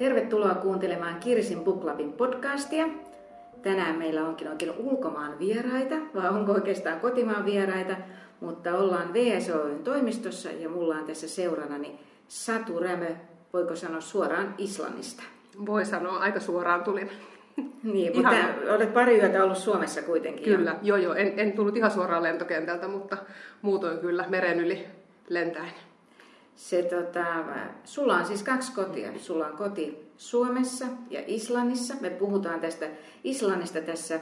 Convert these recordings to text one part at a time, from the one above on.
Tervetuloa kuuntelemaan Kirsin Book Clubin podcastia. Tänään meillä onkin oikein ulkomaan vieraita, vai onko oikeastaan kotimaan vieraita, mutta ollaan VSOY:n toimistossa ja mulla on tässä seuranani Satu Rämö, voiko sanoa suoraan Islannista? Voi sanoa, aika suoraan tulin. Niin, mutta olet pari yötä ollut Suomessa kuitenkin. Kyllä, joo. En tullut ihan suoraan lentokentältä, mutta muutoin kyllä meren yli lentäen. Sulla on siis 2 kotia. Sulla on koti Suomessa ja Islannissa. Me puhutaan tästä Islannista tässä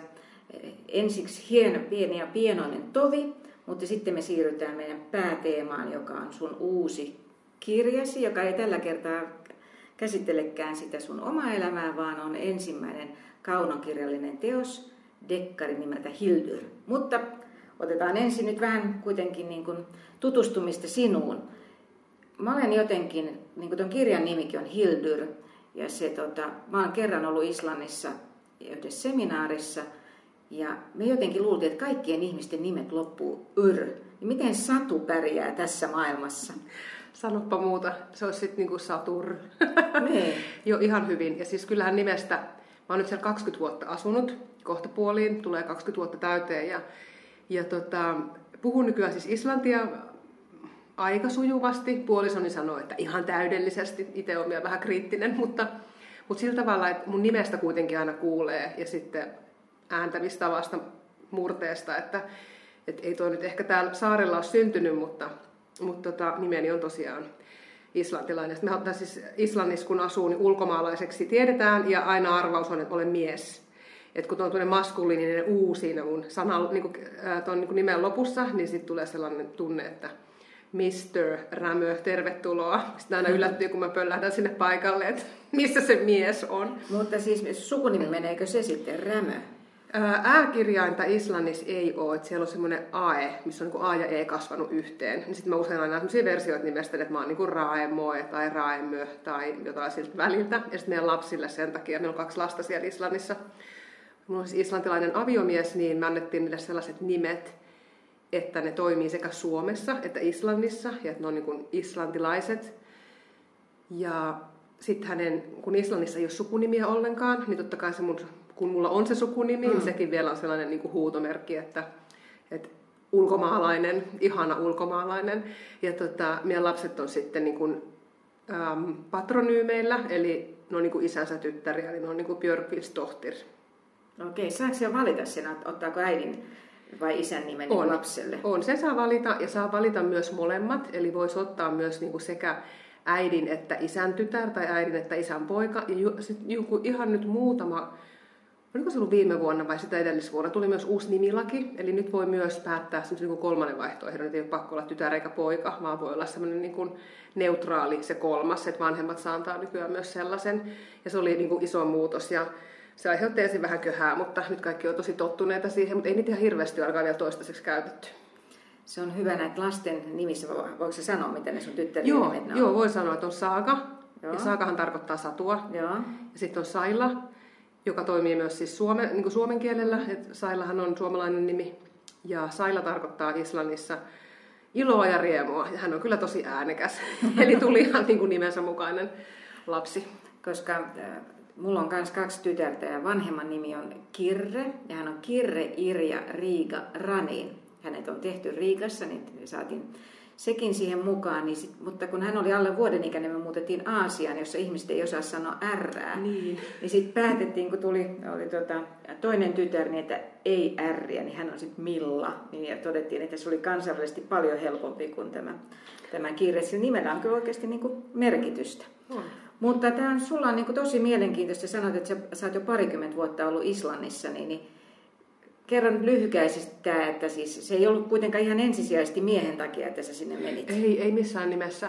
ensiksi pieni ja pienoinen tovi, mutta sitten me siirrytään meidän pääteemaan, joka on sun uusi kirjasi, joka ei tällä kertaa käsittelekään sitä sun omaa elämää, vaan on ensimmäinen kaunokirjallinen teos, dekkari nimeltä Hildur. Mutta otetaan ensin nyt vähän kuitenkin niin kuin tutustumista sinuun. Mä olen jotenkin, niin kuin tuon kirjan nimikin on Hildur, ja mä olen kerran ollut Islannissa yhdessä seminaarissa, ja me jotenkin luultiin, että kaikkien ihmisten nimet loppuu yr. Ja miten Satu pärjää tässä maailmassa? Sanoppa muuta, se olisi sitten niinku Satur. Nee. Joo, ihan hyvin. Ja siis kyllähän nimestä, mä oon nyt siellä 20 vuotta asunut, kohta puoliin, tulee 20 vuotta täyteen, ja puhun nykyään siis islantia aika sujuvasti. Puolisoni sanoo, että ihan täydellisesti. Itse olen vielä vähän kriittinen, mutta sillä tavalla, että mun nimestä kuitenkin aina kuulee ja sitten ääntämistavasta, murteesta, että ei toi nyt ehkä täällä saarella ole syntynyt, mutta nimeni on tosiaan islantilainen. Sitten siis Islannissa kun asuu, niin ulkomaalaiseksi tiedetään ja aina arvaus on, että olen mies. Et kun on maskuliininen U siinä mun tuon nimen lopussa, niin sitten tulee sellainen tunne, että Mr. Rämö, tervetuloa. Sitten aina yllättyy, kun mä pöllähdän sinne paikalle, että missä se mies on. Mutta siis sukunimi meneekö se sitten Rämö? Ä-kirjainta Islannissa ei ole, että siellä on semmoinen AE, missä on niin kuin A ja E kasvanut yhteen. Niin sitten mä usein aina sellaisia versioita nimestän, että mä oon niin kuin Raemoe tai Raemö tai jotain siltä väliltä. Ja sitten meidän lapsille sen takia, meillä on 2 lasta siellä Islannissa. Mulla on siis islantilainen aviomies, niin me annettiin niille sellaiset nimet, että ne toimii sekä Suomessa että Islannissa, ja että ne on niin kuin islantilaiset. Ja sitten kun Islannissa ei ole sukunimiä ollenkaan, niin totta kai kun mulla on se sukunimi, niin sekin vielä on sellainen niin kuin huutomerkki, että ulkomaalainen, ihana ulkomaalainen. Ja meidän lapset on sitten niin kuin, patronyymeillä, eli ne on niin kuin isänsä tyttäriä, eli ne on niin kuin Björkvilstohtir. Okei, saako se valita sen, ottaako äidin vai isän nimen lapselle? On, se saa valita ja saa valita myös molemmat, eli voisi ottaa myös niin kuin sekä äidin että isän tytär tai äidin että isän poika. Ja sitten ihan nyt muutama, oliko se ollut viime vuonna vai sitä edellisvuonna, tuli myös uusi nimilaki, eli nyt voi myös päättää semmoisen niin kuin 3. vaihtoehdon, että ei ole pakko olla tytär eikä poika, vaan voi olla semmoinen niin kuin neutraali se 3, että vanhemmat saa antaa nykyään myös sellaisen. Ja se oli niin kuin iso muutos ja se aiheutti ensin vähän köhää, mutta nyt kaikki on tosi tottuneita siihen, mutta ei niitä ihan hirveästi ainakaan vielä toistaiseksi käytetty. Se on hyvä näitä lasten nimissä. Voiko se sanoa, mitä ne sun tyttären nimet on? Joo, voi sanoa, että on Saaga. Joo. Ja Saagahan tarkoittaa satua. Joo. Ja sitten on Saila, joka toimii myös siis niin kuin suomen kielellä. Et Sailahan on suomalainen nimi. Ja Saila tarkoittaa Islannissa iloa ja riemua. Ja hän on kyllä tosi äänekäs. Eli tuli ihan niin kuin nimensä mukainen lapsi. Koska mulla on myös 2 tytärtä ja vanhemman nimi on Kirre. Ja hän on Kirre Irja Riiga Ranin. Hänet on tehty Riigassa, niin saatiin sekin siihen mukaan. Mutta kun hän oli alle vuoden ikäinen, me muutettiin Aasiaan, jossa ihmiset ei osaa sanoa R:ää. Niin sitten päätettiin, kun oli toinen tytär, niin että ei R:iä, niin hän on sitten Milla. Ja todettiin, että se oli kansainvälisesti paljon helpompi kuin tämä Kirre. Sillä nimellä on kyllä oikeasti niin kuin merkitystä. Mutta sulla on niin kuin tosi mielenkiintoista. Sanoit, että sä oot jo 20 vuotta ollut Islannissa, niin kerron lyhykäisesti tämä, että siis se ei ollut kuitenkaan ihan ensisijaisesti miehen takia, että sä sinne menit. Ei missään nimessä.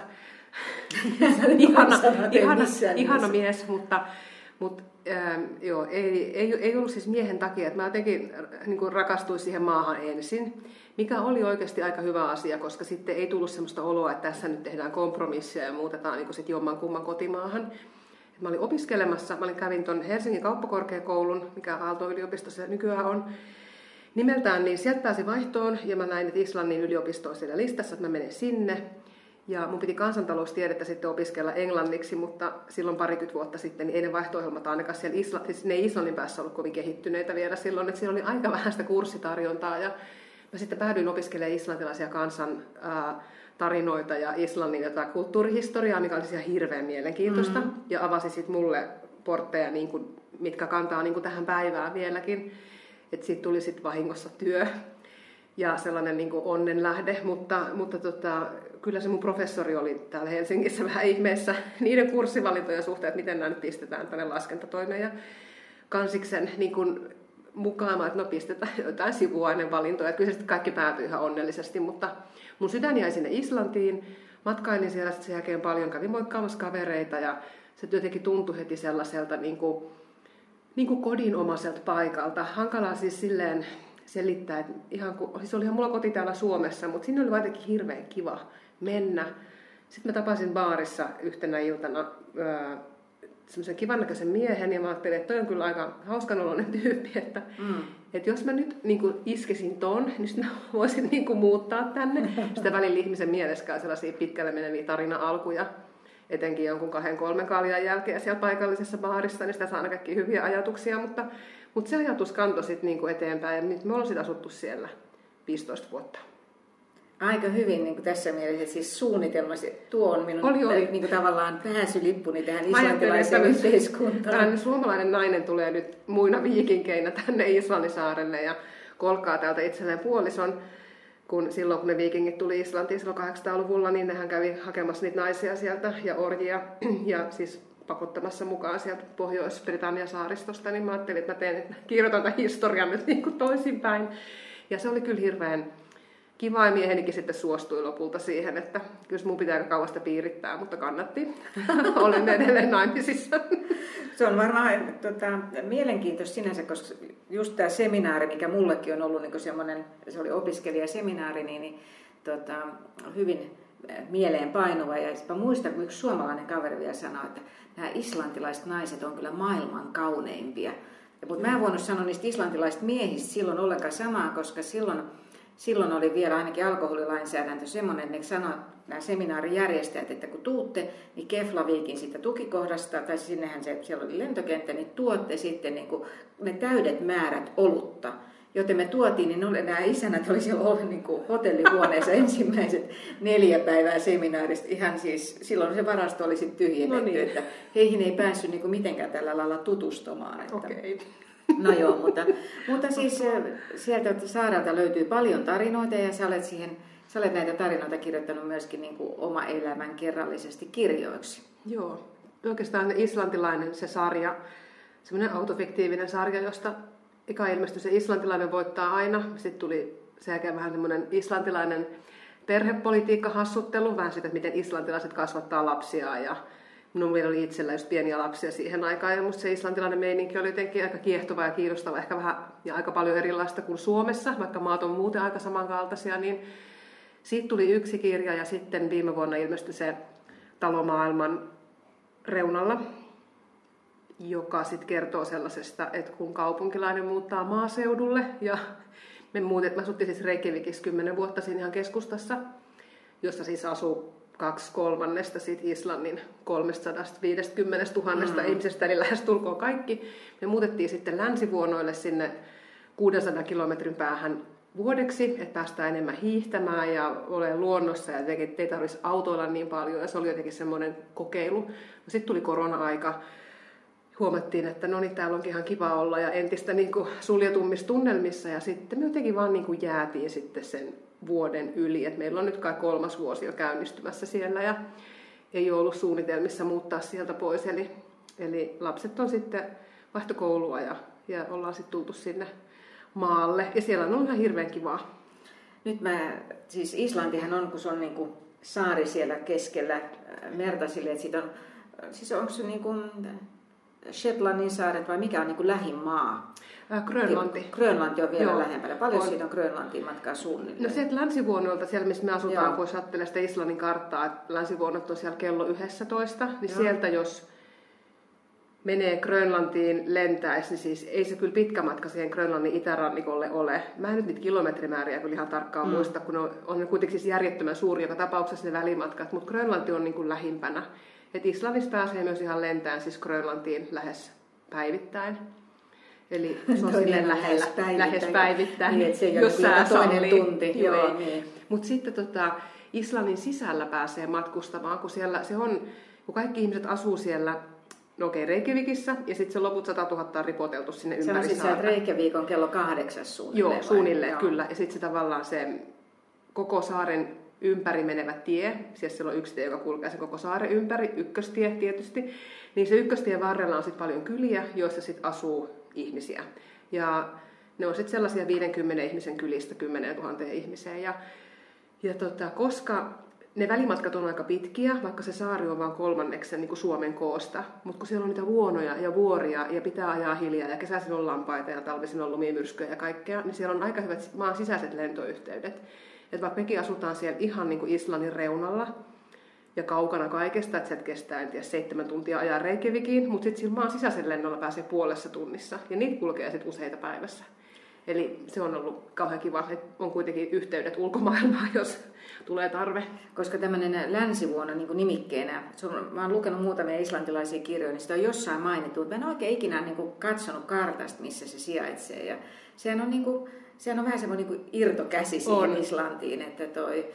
ihana mies, mutta joo, ei ollut siis miehen takia. Että mä jotenkin niin kuin rakastuin siihen maahan ensin, mikä oli oikeasti aika hyvä asia, koska sitten ei tullut sellaista oloa, että tässä nyt tehdään kompromisseja ja muutetaan niin kuin sit jommankumman kotimaahan. Mä olin opiskelemassa, kävin tuon Helsingin kauppakorkeakoulun, mikä Aalto-yliopistossa nykyään on, nimeltään, niin sieltä pääsin vaihtoon ja mä näin, että Islannin yliopisto on siellä listassa, että mä menen sinne. Ja mun piti kansantaloustiedettä sitten opiskella englanniksi, mutta silloin 20 vuotta sitten niin ei ne vaihto-ohjelmat ainakaan siellä siis ne ei Islannin päässä ollut kovin kehittyneitä vielä silloin, että siellä oli aika vähän sitä kurssitarjontaa. Ja mä sitten päädyin opiskelemaan islantilaisia kansan tarinoita ja Islannin jotain kulttuurihistoriaa, mikä oli ihan hirveän mielenkiintoista. Ja avasi sitten mulle portteja, niin kuin, mitkä kantaa niin kuin tähän päivään vieläkin. Että siitä tuli sitten vahingossa työ ja sellainen niin kuin onnenlähde, mutta kyllä se mun professori oli täällä Helsingissä vähän ihmeessä niiden kurssivalintojen suhteen, että miten nämä nyt pistetään tänne laskentatoimeen ja kansiksen niin kuin mukaan, että no pistetään jotain sivuainevalintoja. Kyllä se sitten kaikki päätyi ihan onnellisesti, mutta mun sydän jäi sinne Islantiin. Matkailin siellä sitten sen jälkeen paljon, kävin moikkaamassa kavereita ja se jotenkin tuntui heti sellaiselta niin kuin kodinomaiselta paikalta. Hankalaa siis silleen selittää, että siis olihan mulla koti täällä Suomessa, mutta sinne oli jotenkin hirveän kiva mennä. Sitten mä tapasin baarissa yhtenä iltana semmoisen kivannäköisen miehen ja mä ajattelin, että toi on kyllä aika hauskanoloinen tyyppi, että jos mä nyt niin kuin iskesin ton, niin sitten mä voisin niin kuin muuttaa tänne. Sitä välillä ihmisen mielessä sellaisia pitkälle meneviä tarina-alkuja, etenkin jonkun 2-3 kaljan jälkeen siellä paikallisessa baarissa, niin sitä saa aina kaikkia hyviä ajatuksia, mutta se ajatus kantoi sitten niin kuin eteenpäin ja nyt me ollaan sitten asuttu siellä 15 vuotta. Aika hyvin niin kuin tässä mielessä, siis suunnitelma, tuo on minun oli. Niin kuin tavallaan pääsylippuni tähän islantilaiseen yhteiskuntaan. Tällainen suomalainen nainen tulee nyt muina viikinkeinä tänne Islannisaarelle ja kolkkaa täältä itselleen puolison. Silloin kun ne viikingit tuli Islantiin silloin 800-luvulla, niin nehän kävi hakemassa niitä naisia sieltä ja orjia ja siis pakottamassa mukaan sieltä Pohjois-Britannian saaristosta, niin mä ajattelin, että kirjoitan tämän historian nyt niin kuin toisinpäin. Ja se oli kyllä hirveän kiva ja miehenikin sitten suostui lopulta siihen, että kyllä mun pitää aika kauasta piirittää, mutta kannatti. Olen edelleen naimisissa. Se on varmaan mielenkiintoista sinänsä, koska just tämä seminaari, mikä mullekin on ollut niin semmoinen, se oli opiskelijaseminaari, niin hyvin mieleenpainuva. Ja mä muistan, kun yksi suomalainen kaveri vielä sanoi, että nämä islantilaiset naiset on kyllä maailman kauneimpia. Mutta mä en voinut sanoa niistä islantilaisista miehistä silloin ollenkaan samaa, koska silloin oli vielä ainakin alkoholilainsäädäntö semmoinen, että ne sanoi nämä seminaarijärjestäjät, että kun tuutte, niin Keflavíkin siitä tukikohdasta, tai sinnehän siellä oli lentokenttä, niin tuotte sitten niin kuin ne täydet määrät olutta. Joten me tuotiin, niin nämä isänät oli siellä ollut niin kuin hotellihuoneessa ensimmäiset 4 päivää seminaarista. Ihan siis, silloin se varasto oli sitten tyhjennetty, no niin. Että heihin ei päässyt niin kuin mitenkään tällä lailla tutustumaan. Että... Okay. No joo, mutta siis sieltä Saarelta löytyy paljon tarinoita ja sä olet näitä tarinoita kirjoittanut myöskin niin kuin oma elämän kerrallisesti kirjoiksi. Joo, oikeastaan islantilainen se sarja, semmoinen autofiktiivinen sarja, josta eka ilmestyi se islantilainen voittaa aina. Sitten tuli sen jälkeen vähän semmoinen islantilainen perhepolitiikka-hassuttelu, vähän sitä, että miten islantilaiset kasvattaa lapsiaan ja minun vielä oli itsellä just pieniä lapsia siihen aikaan ja musta se islantilainen meininki oli jotenkin aika kiehtova ja kiinnostava, ehkä vähän ja aika paljon erilaista kuin Suomessa, vaikka maat on muuten aika samankaltaisia, niin siitä tuli yksi kirja ja sitten viime vuonna ilmestyi se Talomaailman reunalla, joka sitten kertoo sellaisesta, että kun kaupunkilainen muuttaa maaseudulle ja mä asuttiin siis Reykjavikissa 10 vuotta siinä ihan keskustassa, jossa siis asuu 2/3 siitä Islannin 350 000 ihmisestä, eli lähestulkoon kaikki. Me muutettiin sitten länsivuonoille sinne 600 kilometrin päähän vuodeksi, että päästään enemmän hiihtämään ja olemaan luonnossa ja jotenkin ei tarvitsisi autoilla niin paljon ja se oli jotenkin semmoinen kokeilu. Sitten tuli korona-aika, huomattiin, että no niin, täällä onkin ihan kiva olla ja entistä niin kuin suljetummissa tunnelmissa ja sitten me jotenkin vaan niin kuin jäätiin sitten sen vuoden yli, että meillä on nyt kai 3. vuosi jo käynnistymässä siellä ja ei ole ollut suunnitelmissa muuttaa sieltä pois, eli lapset on sitten vaihtokoulua ja ollaan sitten tultu sinne maalle ja siellä on ihan hirveän kivaa. Nyt siis Islantihan on, kun se on niin kuin saari siellä keskellä merta silleen, että siitä on, siis onko se niin kuin Shetlandin saaret vai mikä on niin kuin lähin maa? Grönlanti. Grönlanti on vielä lähempänä. Paljon siitä on Grönlantiin matkaa suunnilleen? No sieltä länsivuonnolta, siellä missä me asutaan, kun ajattelee sitä Islannin karttaa, että länsivuonnot on siellä kello 11, niin sieltä jos menee Grönlantiin, lentäisi, niin siis ei se kyllä pitkä matka siihen Grönlannin itärannikolle ole. Mä en nyt niitä kilometrimääriä kyllä ihan tarkkaan muista, kun on kuitenkin siis järjettömän suuri joka tapauksessa ne välimatkat, mutta Grönlanti on niin kuin lähimpänä. Et Islannissa pääsee myös ihan lentään siis Grönlantiin lähes päivittäin. Eli se on silleen lähes päivittäin, niin, se jos sää toinen tunti. Joo, niin. Mutta sitten Islannin sisällä pääsee matkustamaan, kun siellä se on, kun kaikki ihmiset asuu siellä, no okei, Reykjavikissa, ja sitten se loput 100 000 on ripoteltu sinne ympäri saarta. Se on siis Reykjavik on kello 8 suunnilleen. Joo, suunnilleen, kyllä. Ja sitten se tavallaan se koko saaren ympäri menevä tie, siis siellä on yksi tie, joka kulkee se koko saaren ympäri, ykköstie tietysti, niin se ykköstien varrella on sitten paljon kyliä, joissa sitten asuu ihmisiä. Ja ne on sitten sellaisia 50 ihmisen kylistä 10 000 ihmiseen. Ja koska ne välimatkat on aika pitkiä, vaikka se saari on vain kolmanneksen niin kuin Suomen koosta, mutta kun siellä on niitä vuonoja ja vuoria ja pitää ajaa hiljaa ja kesäisin on lampaita ja talvisin on lumimyrskyjä ja kaikkea, niin siellä on aika hyvät maan sisäiset lentoyhteydet. Että vaikka mekin asutaan siellä ihan niin kuin Islannin reunalla ja kaukana kaikesta, että sieltä kestää en tiedä 7 tuntia ajaa Reykjavikiin, mutta sitten sillä maan sisäisen lennolla pääsee puolessa tunnissa ja niitä kulkee sitten useita päivässä. Eli se on ollut kauhean kiva, että on kuitenkin yhteydet ulkomaailmaan, jos tulee tarve. Koska tämmöinen länsivuono niin nimikkeenä, mä oon lukenut muutamia islantilaisia kirjoja, niin sitä on jossain mainittu, mutta mä en oikein ikinä niin kuin katsonut kartasta, missä se sijaitsee. Ja sehän on vähän semmoinen niin irtokäsi siihen Islantiin, että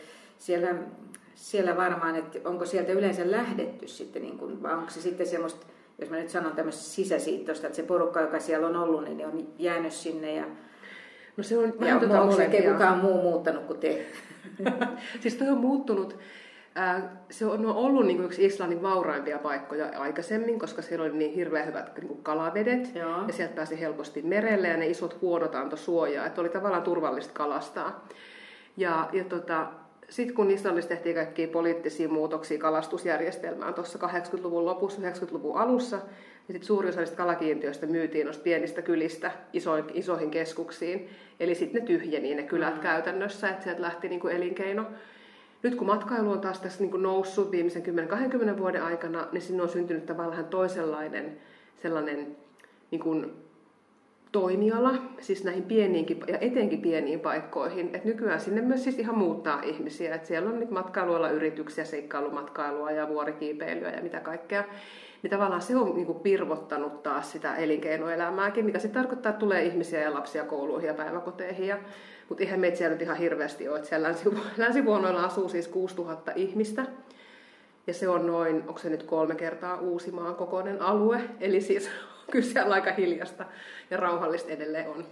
siellä varmaan, että onko sieltä yleensä lähdetty sitten, niin kuin, vai onko se sitten semmoista, jos mä nyt sanon tämmöistä sisäsiittoista, että se porukka, joka siellä on ollut, niin ne on jäänyt sinne ja no se on ja onko kukaan muu muuttanut kuin te? Siis toi on muuttunut. Se on ollut niin kuin yksi Islannin vauraimpia paikkoja aikaisemmin, koska siellä oli niin hirveän hyvät niin kuin kalavedet. Joo. Ja sieltä pääsi helposti merelle ja ne isot vuodot antoi suojaa. Että oli tavallaan turvallista kalastaa. Sitten kun Islannissa tehtiin kaikkia poliittisia muutoksia kalastusjärjestelmään tuossa 80-luvun lopussa, 90-luvun alussa, niin sitten suuri osa niistä kalakiintiöistä myytiin noista pienistä kylistä isoihin keskuksiin. Eli sitten ne tyhjeni ne kylät käytännössä, että sieltä lähti niin kuin elinkeino. Nyt kun matkailu on taas tässä niin kuin noussut viimeisen 10-20 vuoden aikana, niin sinne on syntynyt tavallaan toisenlainen sellainen niin kuin toimiala, siis näihin pieniinkin ja etenkin pieniin paikkoihin. Et nykyään sinne myös siis ihan muuttaa ihmisiä. Et siellä on nyt matkailualla yrityksiä, seikkailumatkailua ja vuorikiipeilyä ja mitä kaikkea. Niin tavallaan se on niinku pirvottanut taas sitä elinkeinoelämääkin, mikä sitten tarkoittaa, että tulee ihmisiä ja lapsia kouluihin ja päiväkoteihin. Mutta eihän meitä siellä nyt ihan hirveästi ole. Siellä länsivuonoilla asuu siis 6000 ihmistä. Ja se on noin, onko se nyt 3 kertaa Uusimaan kokoinen alue. Eli siis kyllä siellä aika hiljasta ja rauhallista edelleen on.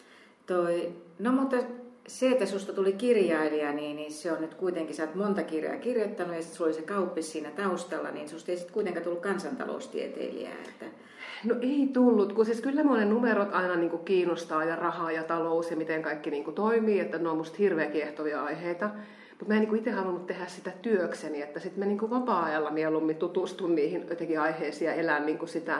No mutta se, että susta tuli kirjailija, niin se on nyt kuitenkin, sä oot monta kirjaa kirjoittanut ja sitten sulla oli se kauppis siinä taustalla, niin susta ei sitten kuitenkaan tullut kansantaloustieteilijää. Että... No ei tullut, kun siis kyllä monen numerot aina niin kuin kiinnostaa ja raha ja talous ja miten kaikki niin kuin toimii, että ne on musta hirveän kiehtovia aiheita. Mutta mä en niin itse halunnut tehdä sitä työkseni, että sitten mä niin vapaa-ajalla mieluummin tutustun niihin jotenkin aiheisiin ja elän niin sitä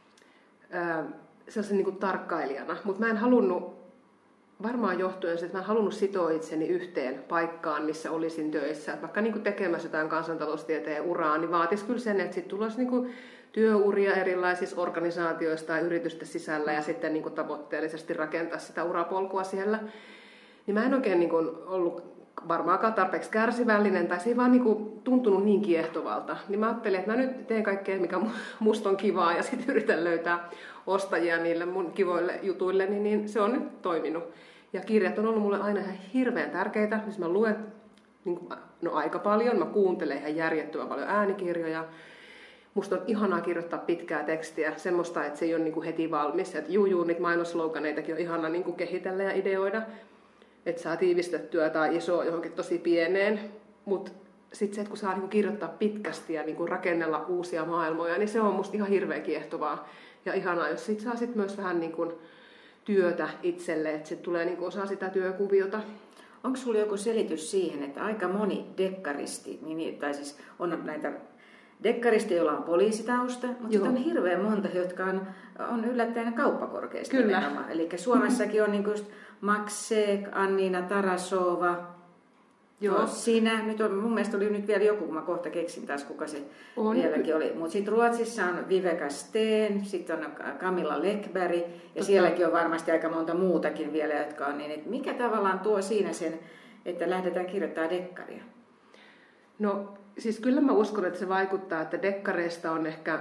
sellaisen niin tarkkailijana. Mutta mä en halunnut, varmaan johtuen että mä en halunnut sitoa itseni yhteen paikkaan, missä olisin töissä. Et vaikka niin tekemässä jotain kansantaloustieteen uraa, niin vaatisi kyllä sen, että sitten tulisi niin työuria erilaisissa organisaatioissa tai yritysten sisällä ja sitten niin tavoitteellisesti rakentaa sitä urapolkua siellä. Niin mä en oikein niin ollut varmaankaan tarpeeksi kärsivällinen, tai se ei vaan niinku tuntunut niin kiehtovalta. Niin mä ajattelin, että mä nyt teen kaikkea, mikä musta on kivaa, ja sitten yritän löytää ostajia niille mun kivoille jutuille, niin se on nyt toiminut. Ja kirjat on ollut mulle aina ihan hirveän tärkeitä, siis mä luen aika paljon, mä kuuntelen ihan järjettömän paljon äänikirjoja. Musta on ihanaa kirjoittaa pitkää tekstiä, semmoista, että se ei ole niinku heti valmis. Että niitä mainosloganeitakin on ihana niinku kehitellä ja ideoida. Että saa tiivistettyä tai isoa johonkin tosi pieneen, mutta sitten se, että kun saa niinku kirjoittaa pitkästi ja niinku rakennella uusia maailmoja, niin se on musta ihan hirveän kiehtovaa ja ihanaa, jos sit saa sit myös vähän niinku työtä itselle, että se tulee niinku osa sitä työkuviota. Onko sulla joku selitys siihen, että aika moni dekkaristi, tai siis on näitä dekkaristeja, joilla on poliisitausta, mutta sitten on hirveän monta, jotka on yllättäen kauppakorkeista. Kyllä. Eli Suomessakin on niinku just Max Seek, Anniina Tarasova, Joo. Sinä, nyt on, mun mielestä oli nyt vielä joku, kun mä kohta keksin taas, kuka se vieläkin oli. Mutta sitten Ruotsissa on Viveka Steen, sitten on Camilla Läckberg, ja sielläkin on varmasti aika monta muutakin vielä, jotka on niin, että mikä tavallaan tuo siinä sen, että lähdetään kirjoittamaan dekkaria? No siis kyllä mä uskon, että se vaikuttaa, että dekkareista on ehkä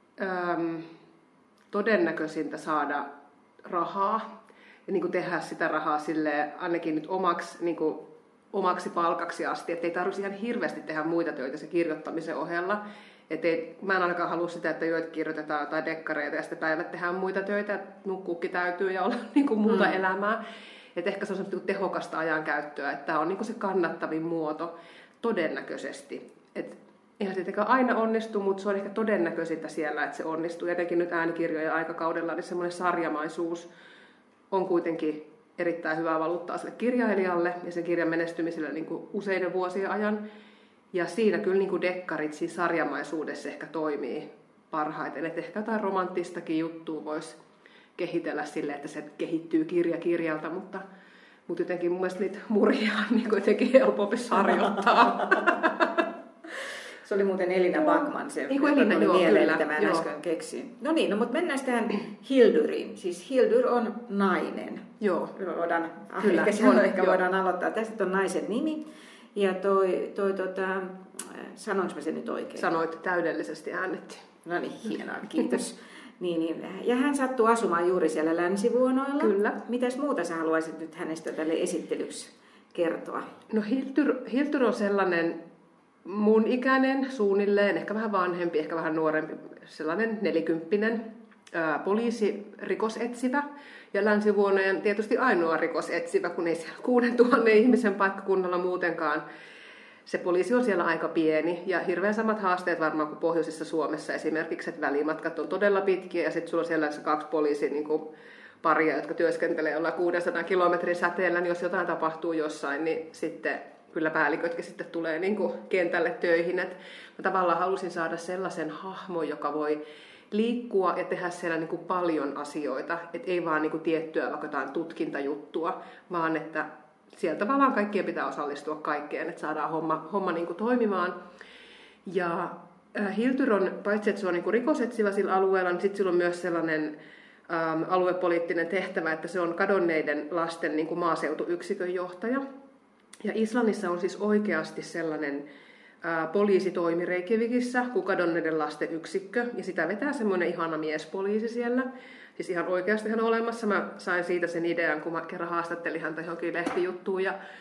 todennäköisintä saada rahaa ja niin kuin tehdä sitä rahaa silleen, ainakin nyt omaksi palkaksi asti, että ei tarvitse ihan hirveästi tehdä muita töitä se kirjoittamisen ohella. Mä en ainakaan halua sitä, että joit kirjoitetaan jotain dekkareita ja sitten päivät tehdään muita töitä, nukkuukin täytyy ja olla niin kuin muuta elämää. Et ehkä se on semmoista tehokasta ajankäyttöä, että tämä on niin kuin se kannattavin muoto todennäköisesti. Et eihän se tietenkään aina onnistu, mutta se on ehkä todennäköisintä siellä, että se onnistuu. Jotenkin nyt äänikirjojen aikakaudella niin semmoinen sarjamaisuus on kuitenkin erittäin hyvää valuuttaa sille kirjailijalle ja sen kirjan menestymiselle niin kuin useiden vuosien ajan. Ja siinä kyllä niin kuin dekkarit siinä sarjamaisuudessa ehkä toimii parhaiten. Että ehkä jotain romanttistakin juttua voisi kehitellä silleen, että se kehittyy kirja kirjalta, mutta jotenkin mun mielestä niitä murjia on niin jotenkin helpompi sarjoittaa. Se oli muuten Elina Backman, se Elina, oli mieleen, mitä mä äsken keksin. No niin, mutta mennään tähän Hilduriin. Siis Hildur on nainen. Joo. Voidaan aloittaa. Tästä on naisen nimi. Ja sanoinko mä sen nyt oikein? Sanoit täydellisesti äänetty. No niin, hienoa, kiitos. Niin. Ja hän sattuu asumaan juuri siellä Länsivuonoilla. Kyllä. Mitäs muuta sä haluaisit nyt hänestä tälle esittelyksi kertoa? No Hildur on sellainen mun ikäinen, suunnilleen, ehkä vähän vanhempi, ehkä vähän nuorempi, sellainen 40 poliisirikosetsivä. Ja Länsivuonojen tietysti ainoa rikosetsivä, kun ei siellä 6000 ihmisen paikkakunnalla muutenkaan. Se poliisi on siellä aika pieni ja hirveän samat haasteet varmaan kuin pohjoisessa Suomessa esimerkiksi, että välimatkat on todella pitkiä ja sitten sulla on siellä 2 poliisia niin kuin paria, jotka työskentelee jollain 600 kilometrin säteellä, niin jos jotain tapahtuu jossain, niin sitten kyllä päällikötkin sitten tulee niin kuin kentälle töihin. Et mä tavallaan halusin saada sellaisen hahmon, joka voi liikkua ja tehdä siellä niin kuin paljon asioita, että ei vaan niin kuin tiettyä vaikka jotain tutkintajuttua, vaan että siellä tavallaan kaikkien pitää osallistua kaikkeen, että saadaan homma niin kuin toimimaan. Ja Hildur on, paitsi että se on niin kuin rikosetsivä sillä alueella, niin sitten sillä on myös sellainen aluepoliittinen tehtävä, että se on kadonneiden lasten niin kuin maaseutuyksikön johtaja. Ja Islannissa on siis oikeasti sellainen poliisitoimi Reykjavikissa kuin kadonneiden lasten yksikkö, ja sitä vetää semmoinen ihana miespoliisi siellä. Siis ihan oikeasti hän on olemassa. Mä sain siitä sen idean, kun mä kerran haastattelin häntä johonkin lehtijuttuun,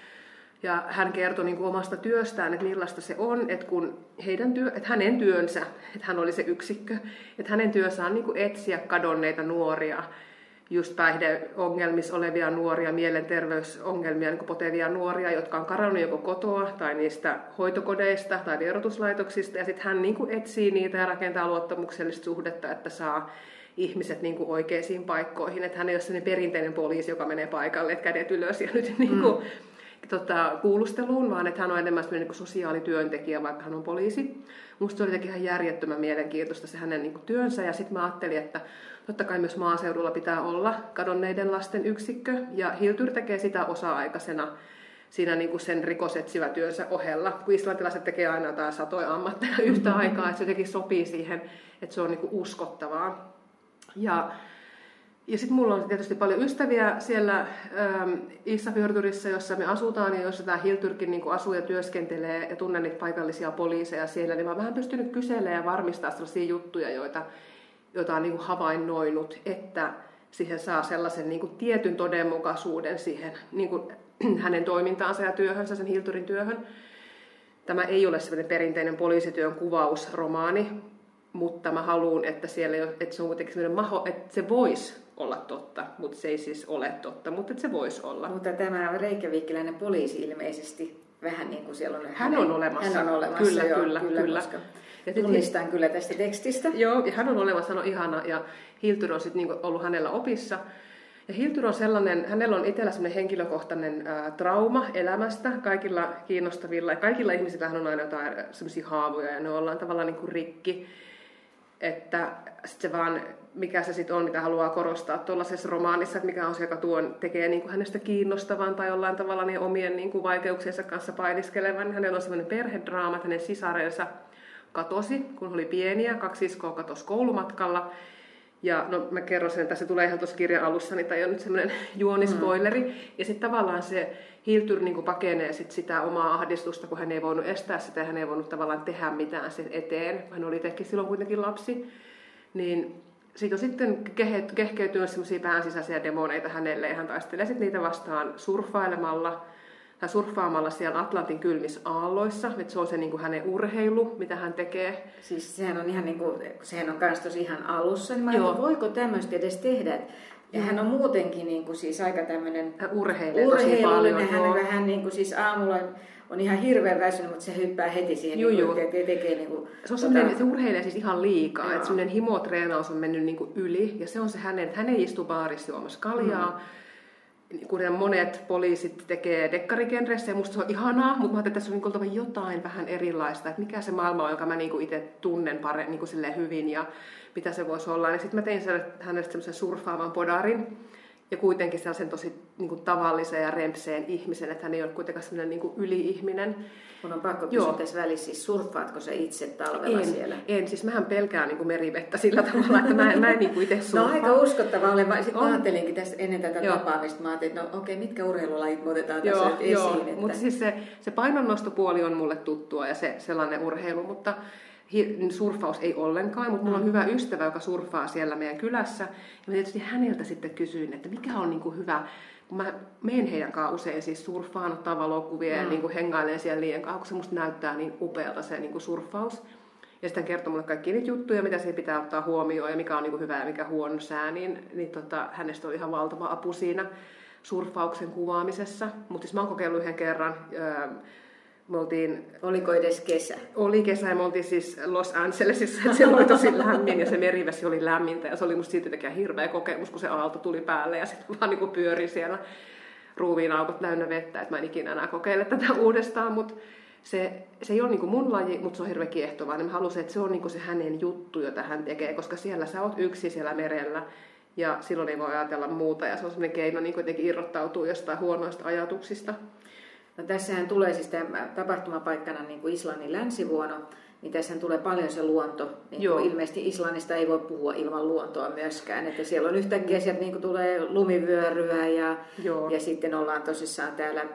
ja hän kertoi niin kuin omasta työstään, että millaista se on, että kun että hänen työnsä, että hän oli se yksikkö, että hänen työnsä on niin kuin etsiä kadonneita nuoria, just päihdeongelmissa olevia nuoria, mielenterveysongelmia niin kuin potevia nuoria, jotka on karannut joko kotoa tai niistä hoitokodeista tai vierotuslaitoksista, ja sitten hän niin kuin etsii niitä ja rakentaa luottamuksellista suhdetta, että saa ihmiset niin kuin oikeisiin paikkoihin. Että hän ei ole sellainen perinteinen poliisi, joka menee paikalle, että kädet ylös ja nyt niin kuin, kuulusteluun, vaan että hän on enemmän niin kuin sosiaalityöntekijä, vaikka hän on poliisi. Musta se oli jotenkin ihan järjettömän mielenkiintoista se hänen niin kuin työnsä, ja sitten mä ajattelin, että totta kai myös maaseudulla pitää olla kadonneiden lasten yksikkö, ja Hildur tekee sitä osa-aikaisena siinä niin kuin sen rikosetsivä työnsä ohella, kun islantilaiset tekee aina jotain satoja ammatteja yhtä aikaa, että se jotenkin sopii siihen, että se on niin kuin uskottavaa. Ja sitten mulla on tietysti paljon ystäviä siellä Ísafjordurissa, jossa me asutaan ja jossa tämä Hildurkin niin kuin asuu ja työskentelee ja tunnen niitä paikallisia poliiseja siellä, niin mä oon vähän pystynyt kyselemään ja varmistaa sellaisia juttuja, joita on niin kuin havainnoinut, että siihen saa sellaisen niin kuin tietyn todenmukaisuuden siihen niin kuin hänen toimintaansa ja työhönsä, sen Hildurin työhön. Tämä ei ole sellainen perinteinen poliisityön kuvausromaani, mutta mä haluan, että että se on kuitenkin sellainen että se voisi olla totta, mutta se ei siis ole totta, mutta että se voisi olla. Mutta tämä reykjavikkiläinen poliisi ilmeisesti vähän niin kuin siellä on... Hän on olemassa. Hän on olemassa, kyllä. Koska tunnistan kyllä tästä tekstistä. Joo, ja hän on olemassa, hän on ihana, ja Hildur on sitten niin ollut hänellä opissa. Ja Hildur on sellainen, hänellä on itsellä sellainen henkilökohtainen trauma elämästä, kaikilla kiinnostavilla, ja kaikilla ihmisillä on aina jotain sellaisia haavoja, ja ne ollaan tavallaan niin kuin rikki. että sit se vaan, mikä se sitten on, mitä haluaa korostaa tuollaisessa romaanissa, että mikä on se, joka tekee niin kuin hänestä kiinnostavan tai jollain tavalla niin omien niin kuin vaikeuksiensa kanssa painiskelevan. Hänellä on sellainen perhedraama, että hänen sisarensa katosi, kun oli pieniä, 2 siskoa katosi koulumatkalla. Ja no mä kerron sen, että se tulee ihan tuossa kirjan alussa, niin tämä on nyt semmoinen juonispoileri. Ja sitten tavallaan se Hildur niin pakenee sitä omaa ahdistusta, kun hän ei voinut estää sitä ja hän ei voinut tavallaan tehdä mitään sen eteen. Hän oli itsekin silloin kuitenkin lapsi. Niin siitä on sitten kehkeytynyt semmoisia päänsisäisiä demoneita hänelle ja hän taistelee sitten niitä vastaan surffaamalla siellä Atlantin kylmissä aalloissa. Että se on se niin kuin hänen urheilu, mitä hän tekee. Siis sehän on ihan niin kuin, sehän on kans tosi ihan alussa. Niin mä ajattelin, voiko tämmöistä edes tehdä? Ja hän on muutenkin niin kuin siis aika tämmöinen urheilullinen. Hän on vähän niin kuin siis aamulla on ihan hirveän väsynyt, mutta se hyppää heti siihen ja tekee niin kuin, se on semmoinen, että se urheilee siis ihan liikaa. Että semmoinen himotreenaus on mennyt niin kuin yli. Ja se on se hänen, että hän ei istu baarissa juomassa kaljaa. Kun monet poliisit tekee dekkarigenreissä ja musta se on ihanaa, mutta mä ajattelin, että tässä on niin oltava jotain vähän erilaista, että mikä se maailma on, joka mä niin itse tunnen niin hyvin ja mitä se voisi olla. Ja sitten mä tein hänestä semmoisen surffaavan podarin ja kuitenkin sellaisen tosi niin tavallisen ja rempseen ihmisen, että hän ei ole kuitenkaan semmoinen niin yli-ihminen. Mun on pakko kysyä tässä välissä, siis surffaatko sä itse talvella siellä? En, siis mähän pelkään niin merivettä sillä tavalla, että mä en niin itse surffaa. No aika uskottavaa olen. Sitten mä ajattelinkin tässä ennen tätä tapaamista, mä ajattelin, että no okei, mitkä urheilulajit me otetaan tässä nyt esiin. Että... Mutta siis se painonnostopuoli on mulle tuttua ja se sellainen urheilu, mutta surffaus ei ollenkaan, mutta mulla on hyvä ystävä, joka surffaa siellä meidän kylässä. Ja mä tietysti häneltä sitten kysyin, että mikä on niin kuin hyvä, kun mä menen heidän kanssaan usein siis surffaan, ottaa valokuvia ja niin kuin hengailen siellä liian kanssa, kun se musta näyttää niin upealta se niin kuin surffaus. Ja sitten kertoo mulle kaikki niitä juttuja, mitä siihen pitää ottaa huomioon ja mikä on niin kuin hyvä ja mikä huono sää, niin hänestä oli ihan valtava apu siinä surffauksen kuvaamisessa. Mutta siis mä oon kokeillut yhden kerran. Oliko edes kesä? Oli kesä ja me oltiin siis Los Angelesissa, että siellä oli tosi lämmin ja se merivesi oli lämmintä ja se oli musta silti hirveä kokemus, kun se aalto tuli päälle ja sitten vaan niin pyöri siellä ruuviinaukot täynnä vettä, että mä en ikinä enää kokeile tätä uudestaan, mutta se ei ole niin mun laji, mutta se on hirveän kiehtovaa, niin mä halusin, että se on niin se hänen juttu, jota hän tekee, koska siellä sä oot yksin siellä merellä ja silloin ei voi ajatella muuta ja se on semmoinen keino niin jotenkin irrottautua jostain huonoista ajatuksista. No tässähän tulee siis tapahtumapaikkana niin kuin Islannin länsivuono, niin tässähän tulee paljon se luonto. Niin ilmeisesti Islannista ei voi puhua ilman luontoa myöskään. Että siellä on yhtäkkiä sieltä niin kuin tulee lumivyöryä ja sitten ollaan tosissaan täällä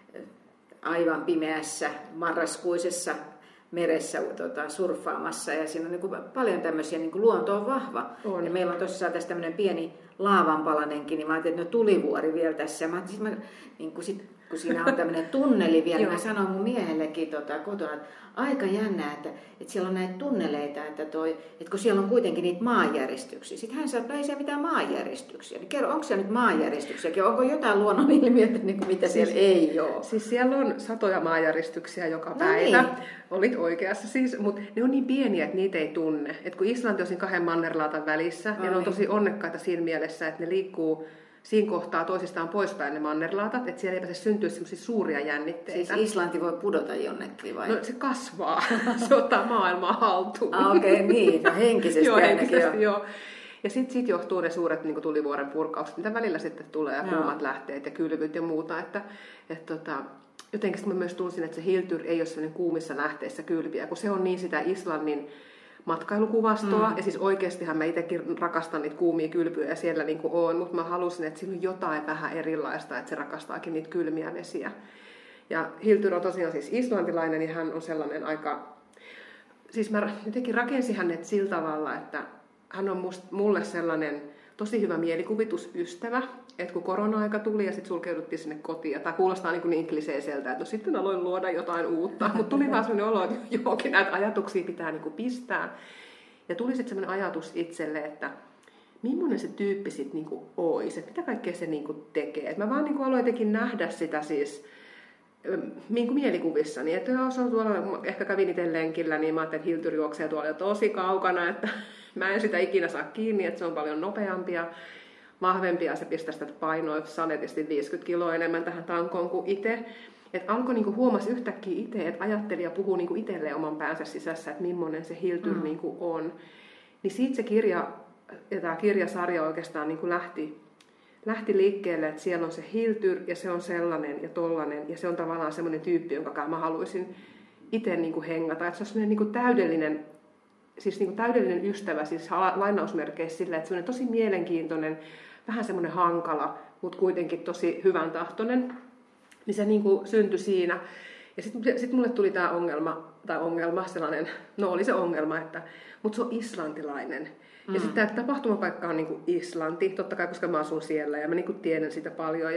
aivan pimeässä marraskuisessa meressä surffaamassa. Ja siinä on niin kuin paljon tämmöisiä, niin kuin luonto on vahva. Ja meillä on tosissaan tässä tämmöinen pieni laavanpalanenkin, niin mä ajattelin, että no tulivuori vielä tässä. Mä niin kuin kun siinä on tämmöinen tunneli vielä, niin mä sanoin mun miehellekin kotona, että aika jännää, että siellä on näitä tunneleita, että kun siellä on kuitenkin niitä maanjäristyksiä. Sitten hän sanoi, että no ei siellä mitään maanjäristyksiä. Niin kerro, onko siellä nyt maanjäristyksiä? Onko jotain luonnonilmiöitä, niin kuin mitä siellä ei ole? Siis siellä on satoja maanjäristyksiä joka päivä. Niin. Olit oikeassa siis, mutta ne on niin pieniä, että niitä ei tunne. Et kun Islanti on siinä 2 mannerlaatan välissä, ja ne on tosi onnekkaita siinä mielessä, että ne liikkuu siinä kohtaa toisistaan poispäin ne mannerlaatat, että siellä ei pääse syntyä semmoisia suuria jännitteitä. Siis Islanti voi pudota jonnekin vai? No se kasvaa. Se ottaa maailmaa haltuun. Okei, niin. No henkisesti ainakin. Joo. Ja sitten johtuu ne suuret niin kuin tulivuoren purkaukset, mitä välillä sitten tulee, ja kuumat lähteet ja kylvyt ja muuta. Jotenkin mä myös tunsin, että se Hildur ei ole sellainen kuumissa lähteissä kylviä, kun se on niin sitä Islannin matkailukuvastoa. Ja siis oikeastihan mä itsekin rakastan niitä kuumia kylpyjä ja siellä niin kuin on, mutta mä halusin, että siinä on jotain vähän erilaista, että se rakastaakin niitä kylmiä vesiä. Ja Hildur on tosiaan siis islantilainen ja hän on sellainen aika... Siis mä jotenkin rakensin hänet sillä tavalla, että hän on mulle sellainen tosi hyvä mielikuvitusystävä, että kun korona-aika tuli ja sitten sulkeuduttiin sinne kotiin, tämä kuulostaa niin kliseiseltä, että no sitten aloin luoda jotain uutta, mutta tuli vaan sellainen olo, että johonkin näitä ajatuksia pitää niin kuin pistää. Ja tuli sitten sellainen ajatus itselle, että millainen se tyyppi sitten niin kuin olisi, että mitä kaikkea se niin kuin tekee. Et mä vaan niin kuin aloin jotenkin nähdä sitä siis niin kuin mielikuvissani, että jos on tuolla, ehkä kävin itse lenkillä, niin mä ajattelin, että Hildur juoksee tuolla jo tosi kaukana, että mä en sitä ikinä saa kiinni, että se on paljon nopeampia, vahvempia, se pistää sitä painoa sanetisti 50 kiloa enemmän tähän tankoon kuin itse. Että alkoi niinku huomasi yhtäkkiä itse, että ajatteli ja puhui niinku itselleen oman päänsä sisässä, että millainen se Hildur niinku on. Niin siitä se kirja ja tämä kirjasarja oikeastaan niin kuin lähti liikkeelle, että siellä on se Hiltyr ja se on sellainen ja tollainen ja se on tavallaan semmoinen tyyppi, jonka mä haluaisin itse niin kuin hengata. Että se on semmoinen niin kuin täydellinen ystävä, siis lainausmerkeissä sillä, että semmoinen tosi mielenkiintoinen, vähän semmoinen hankala, mutta kuitenkin tosi hyvän tahtoinen. Niin se niin kuin syntyi siinä. Ja sitten mulle tuli tämä ongelma, sellainen, no oli se ongelma, mutta se on islantilainen. Ja sitten tämä tapahtumapaikka on niin kuin Islanti, totta kai, koska mä asun siellä ja mä niin kuin tiedän sitä paljon.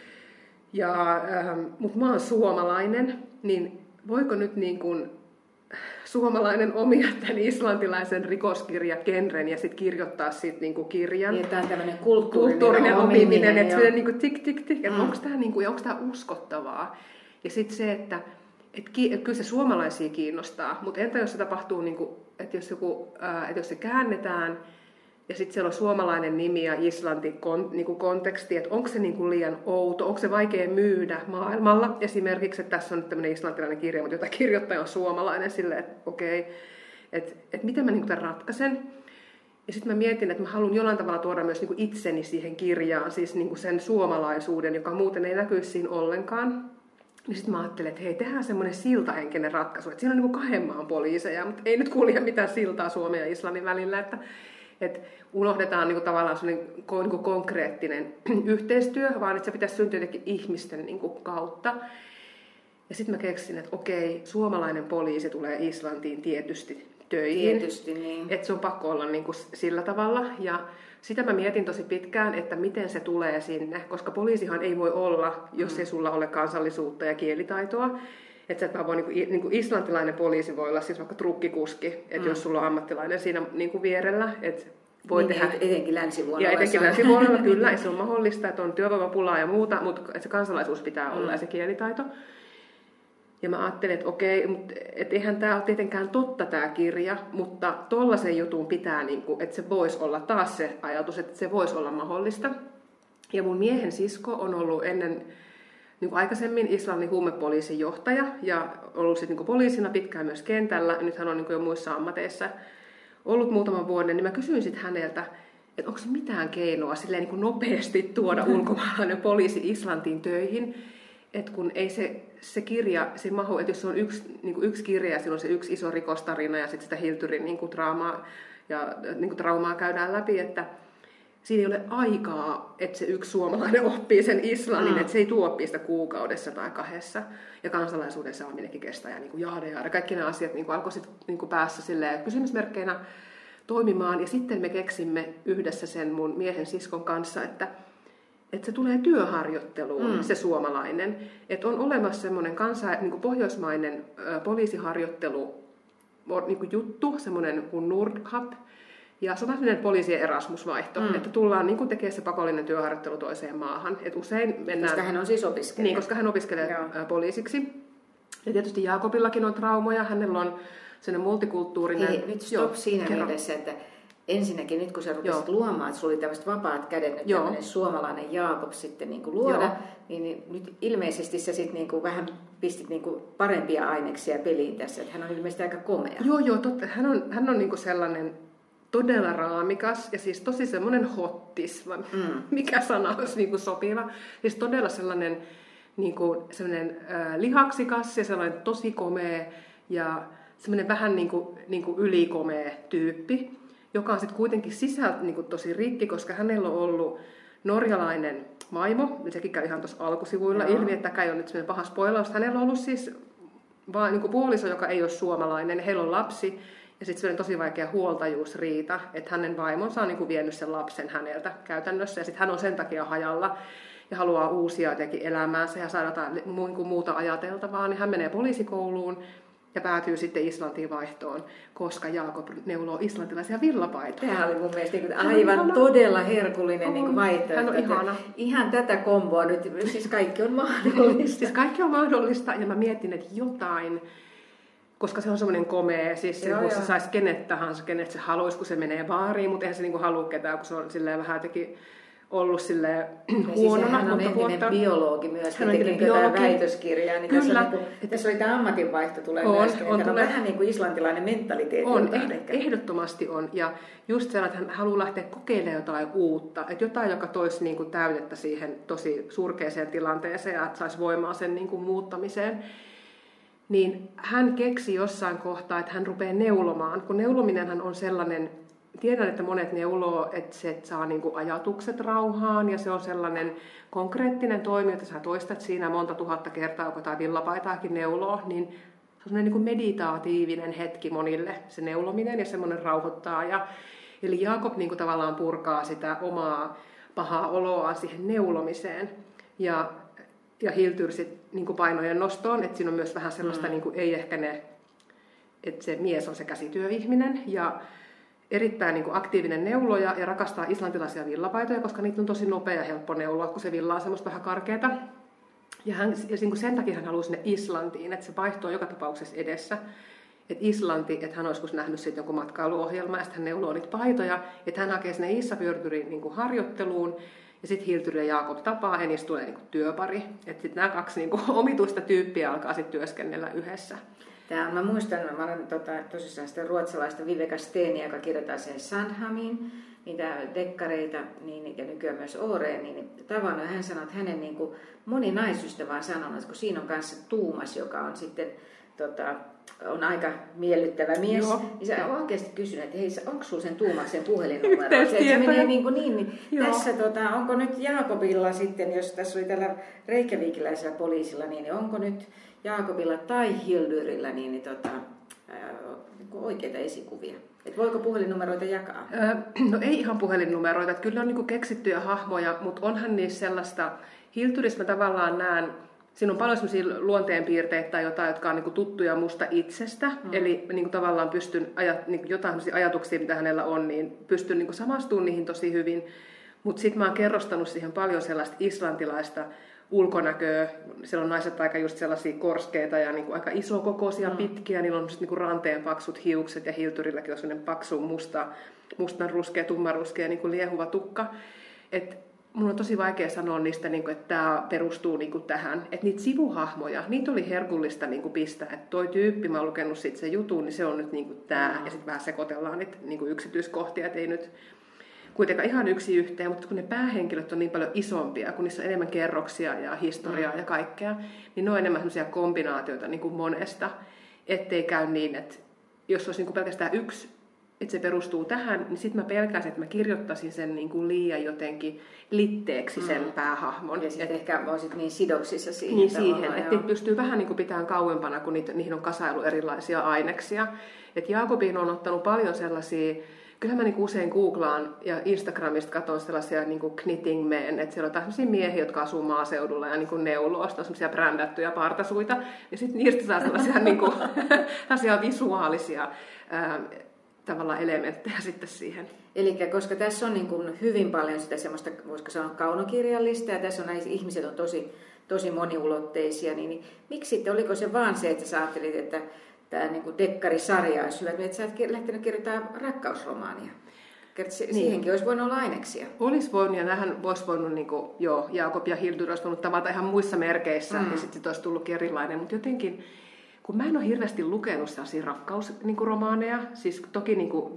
Mutta mä oon suomalainen, niin voiko nyt niin kuin suomalainen omia tämän islantilaisen rikoskirjagenren ja sitten kirjoittaa siitä niin kuin kirjan? Niin, tämä on tämmöinen kulttuurinen omiminen, että se niin kuin tik, että onko tämä niin uskottavaa? Ja sitten se, että kyllä se suomalaisia kiinnostaa, mutta entä jos se tapahtuu, niin kuin, että jos se käännetään ja sitten siellä on suomalainen nimi ja Islanti niin kuin konteksti, että onko se niin kuin liian outo, onko se vaikea myydä maailmalla. Esimerkiksi, että tässä on nyt tämmöinen islantilainen kirja, mutta jota kirjoittaja on suomalainen silleen, että okei, että miten mä niin kuin tämän ratkaisen. Ja sitten mä mietin, että mä haluan jollain tavalla tuoda myös niin kuin itseni siihen kirjaan, siis niin kuin sen suomalaisuuden, joka muuten ei näkyisi siinä ollenkaan. Niin sitten mä ajattelin, että hei, tehdään semmoinen siltahenkinen ratkaisu, että siinä on niin kuin 2 maan poliiseja, mutta ei nyt kulje mitään siltaa Suomen ja Islannin välillä, että unohdetaan niin kuin tavallaan semmoinen niin kuin konkreettinen yhteistyö, vaan että se pitäisi syntyä jotenkin ihmisten niin kuin kautta. Ja sitten mä keksin, että okei, suomalainen poliisi tulee Islantiin tietysti töihin. Tietysti, niin. Että se on pakko olla niin kuin sillä tavalla. Ja sitä mä mietin tosi pitkään, että miten se tulee sinne, koska poliisihan ei voi olla, jos ei sulla ole kansallisuutta ja kielitaitoa. Että sä et vaan voi, niin kuin islantilainen poliisi voi olla siis vaikka trukkikuski, että jos sulla on ammattilainen siinä niin kuin vierellä, että voi niin, tehdä. Etenkin länsivuorolla. Ja etenkin länsivuorolla kyllä, se on mahdollista, että on työvoimapulaa ja muuta, mutta että se kansalaisuus pitää olla ja se kielitaito. Ja mä ajattelin, että okei, että eihän tämä ole tietenkään totta tämä kirja, mutta tollaisen jutun pitää, niin kuin, että se voisi olla taas se ajatus, että se voisi olla mahdollista. Ja mun miehen sisko on ollut ennen niin kuin aikaisemmin Islannin huumepoliisin johtaja ja ollut sitten niin poliisina pitkään myös kentällä. Ja nyt hän on niin kuin jo muissa ammateissa ollut muutaman vuoden, niin mä kysyin sitten häneltä, että onko mitään keinoa silleen niin kuin nopeasti tuoda ulkomaalainen poliisi Islantiin töihin. Että kun ei se kirja, se mahu, että jos se on yksi kirja ja silloin se yksi iso rikostarina ja sitten sitä Hiltyrin niin kuin traumaa käydään läpi, että siinä ei ole aikaa, että se yksi suomalainen oppii sen islannin, että se ei tuo oppia sitä kuukaudessa tai 2. Ja kansalaisuuden saaminenkin kestää ja niin kuin jaada. Kaikki nämä asiat niin kuin alkoi sitten niin kuin päässä silleen kysymysmerkkeinä toimimaan. Ja sitten me keksimme yhdessä sen mun miehen siskon kanssa, että se tulee työharjoitteluun, se suomalainen. Että on olemassa semmoinen niin kuin pohjoismainen poliisiharjoittelu niin kuin juttu, semmoinen kuin Nordhab. Ja se on tämmöinen poliisien Erasmus-vaihto, että tullaan niin kuin tekemään se pakollinen työharjoittelu toiseen maahan. Et usein mennään, koska hän on siis opiskelija. Niin, koska hän opiskelee poliisiksi. Ja tietysti Jaakobillakin on traumoja, hänellä on sellainen multikulttuurinen. Hei, nyt stop siinä mielessä, että ensinnäkin nyt kun sä rupesit luomaan, että sulla oli tämmöiset vapaat kädet, nyt tämmöinen suomalainen Jaakob sitten niin kuin luoda, niin nyt ilmeisesti sä sitten niin kuin vähän pistit niin kuin parempia aineksia peliin tässä, että hän on ilmeisesti aika komea. Joo, totta. Hän on niin kuin sellainen todella raamikas ja siis tosi semmoinen hottis, mikä sana olisi niin kuin sopiva. Siis todella sellainen, niin kuin, sellainen lihaksikas ja sellainen tosi komea ja semmoinen vähän niin kuin ylikomea tyyppi, joka on sitten kuitenkin sisältä niin kuin tosi rikki, koska hänellä on ollut norjalainen vaimo, ja sekin käy ihan tuossa alkusivuilla ilmi, että tämä ei ole nyt semmoinen paha spoilaus. Hänellä on ollut siis vaan niin kuin puoliso, joka ei ole suomalainen, ja heillä on lapsi, ja sitten semmoinen tosi vaikea huoltajuusriita, että hänen vaimonsa on niin kuin vienyt sen lapsen häneltä käytännössä, ja sitten hän on sen takia hajalla, ja haluaa uusia jotenkin elämäänsä ja saada jotain niin kuin muuta ajateltavaa, niin hän menee poliisikouluun, ja päätyy sitten Islantiin vaihtoon, koska Jaakob neuloo islantilaisia villapaitoja. Tämä oli mun mielestä aivan todella herkullinen niin vaihtoehto. Hän on ihana. Ihan tätä komboa nyt, siis kaikki on mahdollista. Siis kaikki on mahdollista, ja mä mietin, että jotain, koska se on semmoinen komea, siis se saisi kenet tahansa, kenet se haluaisi, kun se menee baariin, mutta eihän se niinku halua ketään, kun se on silleen vähän jotenkin ollut silleen huonona. Hän on entinen biologi myös, hän tekee jotain väitöskirjaa. Niin kyllä. Tässä oli tämä ammatinvaihto tulee myöskin. On vähän niin kuin islantilainen mentaliteetti. On, ehdottomasti on. Ja just sellainen, että hän haluaa lähteä kokeilemaan jotain uutta. Että jotain, joka toisi niin kuin täytettä siihen tosi surkeaseen tilanteeseen ja että saisi voimaa sen niin kuin muuttamiseen. Niin hän keksi jossain kohtaa, että hän rupeaa neulomaan. Kun neulominenhan on sellainen, tiedän, että monet neuloo, että se saa niinku ajatukset rauhaan ja se on sellainen konkreettinen toimi, että sä toistat siinä monta tuhatta kertaa, kun tämä villapaitaakin neuloo, niin se on sellainen niinku meditaatiivinen hetki monille se neulominen ja semmoinen rauhoittaa. Eli Jaakob niinku tavallaan purkaa sitä omaa pahaa oloaan siihen neulomiseen ja Hildur sitten niinku painojen nostoon, että siinä on myös vähän sellaista, niinku, ei ehkä ne, että se mies on se käsityöihminen ja erittäin niin kuin aktiivinen neuloja ja rakastaa islantilaisia villapaitoja, koska niitä on tosi nopea ja helppo neuloa, kun se villa on semmoista vähän karkeata. Ja sen takia hän halusi sinne Islantiin, että se vaihto on joka tapauksessa edessä. Että Islanti, että hän olisi nähnyt sitten jonkun matkailuohjelma ja sitten hän neuloo niitä paitoja, että hän hakee sinne Ísafjörðurin niin kuin harjoitteluun. Ja sitten Hildur ja Jaakob tapaa ja niistä tulee niin kuin työpari. Että sitten nämä kaksi niin kuin omituista tyyppiä alkaa sitten työskennellä yhdessä. Mä muistan, mä olen tosissaan sitä ruotsalaista Viveka Stenia, joka kirjoittaa sen Sandhamiin, niitä dekkareita niin, ja nykyään myös Ooreen, niin tavannut. Hän sanoi, että hänen niin kuin moni naisystävä on sanonut, että kun siinä on kanssa Tuumas, joka on sitten on aika miellyttävä mies, niin sä oikeasti kysynyt, että hei, onko sulla sen Tuumaksen puhelinnumero? Se menee niin tässä onko nyt Jaakobilla sitten, jos tässä oli tällä reykjavikiläisellä poliisilla, niin onko nyt Jaakobilla tai Hildurilla niin oikeita esikuvia? Et voiko puhelinnumeroita jakaa? No ei ihan puhelinnumeroita. Että kyllä on niin keksittyjä hahmoja, mutta onhan niissä sellaista, Hildurissa mä tavallaan näen, siinä on paljon sellaisia luonteenpiirteitä tai jotain, jotka on niin tuttuja musta itsestä. Eli niin tavallaan pystyn, niin jotain ajatuksia, mitä hänellä on, niin pystyn niin samastumaan niihin tosi hyvin. Mutta sitten mä oon kerrostanut siihen paljon sellaista islantilaista ulkonäköä. Siellä on naiset aika just sellaisia korskeita ja niin aika isokokoisia, pitkiä. Niillä on niin ranteen paksut hiukset ja Hildurillakin on sellainen paksu mustan ruskea, tummanruskea niin liehuva tukka. Mun on tosi vaikea sanoa niistä, että tämä perustuu tähän. Että niitä sivuhahmoja, niitä oli herkullista pistää. Että toi tyyppi, mä oon lukenut siitä sen jutun, niin se on nyt tämä. Ja sitten vähän sekoitellaan niitä yksityiskohtia, että ei nyt kuitenkaan ihan yksi yhteen. Mutta kun ne päähenkilöt on niin paljon isompia, kun niissä on enemmän kerroksia ja historiaa ja kaikkea, niin ne on enemmän sellaisia kombinaatioita monesta. Ettei käy niin, että jos olisi pelkästään yksi, että se perustuu tähän, niin sitten mä pelkäsin, että mä kirjoittaisin sen liian jotenkin litteeksi sen päähahmon. Ja sitten ehkä olisit niin sidoksissa siihen. Niin siihen, että pystyy vähän pitämään kauempana, kun niihin on kasailu erilaisia aineksia. Että Jaakobiin on ottanut paljon sellaisia, kyllä mä usein googlaan ja Instagramista katson sellaisia knitting men, että siellä on tämmöisiä miehiä, jotka asuu maaseudulla ja neuloo, sitten on sellaisia brändättyjä partasuita, ja sitten niistä saa sellaisia visuaalisia tavallaan elementtejä sitten siihen. Eli koska tässä on hyvin paljon sitä semmoista, voisiko sanoa kaunokirjallista, ja tässä on ihmiset on tosi moniulotteisia, niin miksi sitten, oliko se vaan se, että sä ajattelit, että tämä dekkarisarja olisi hyvä, että sä et lähtenyt kirjoittamaan rakkausromaania? Siihenkin olisi voinut olla aineksia. Olisi voinut, ja nämähän olisi voinut, Jaakob ja Hildur olisi voinut tavata ihan muissa merkeissä, ja sitten olisi tullutkin erilainen, mutta jotenkin kun mä en ole hirveästi lukenut sellaisia rakkausromaaneja, siis toki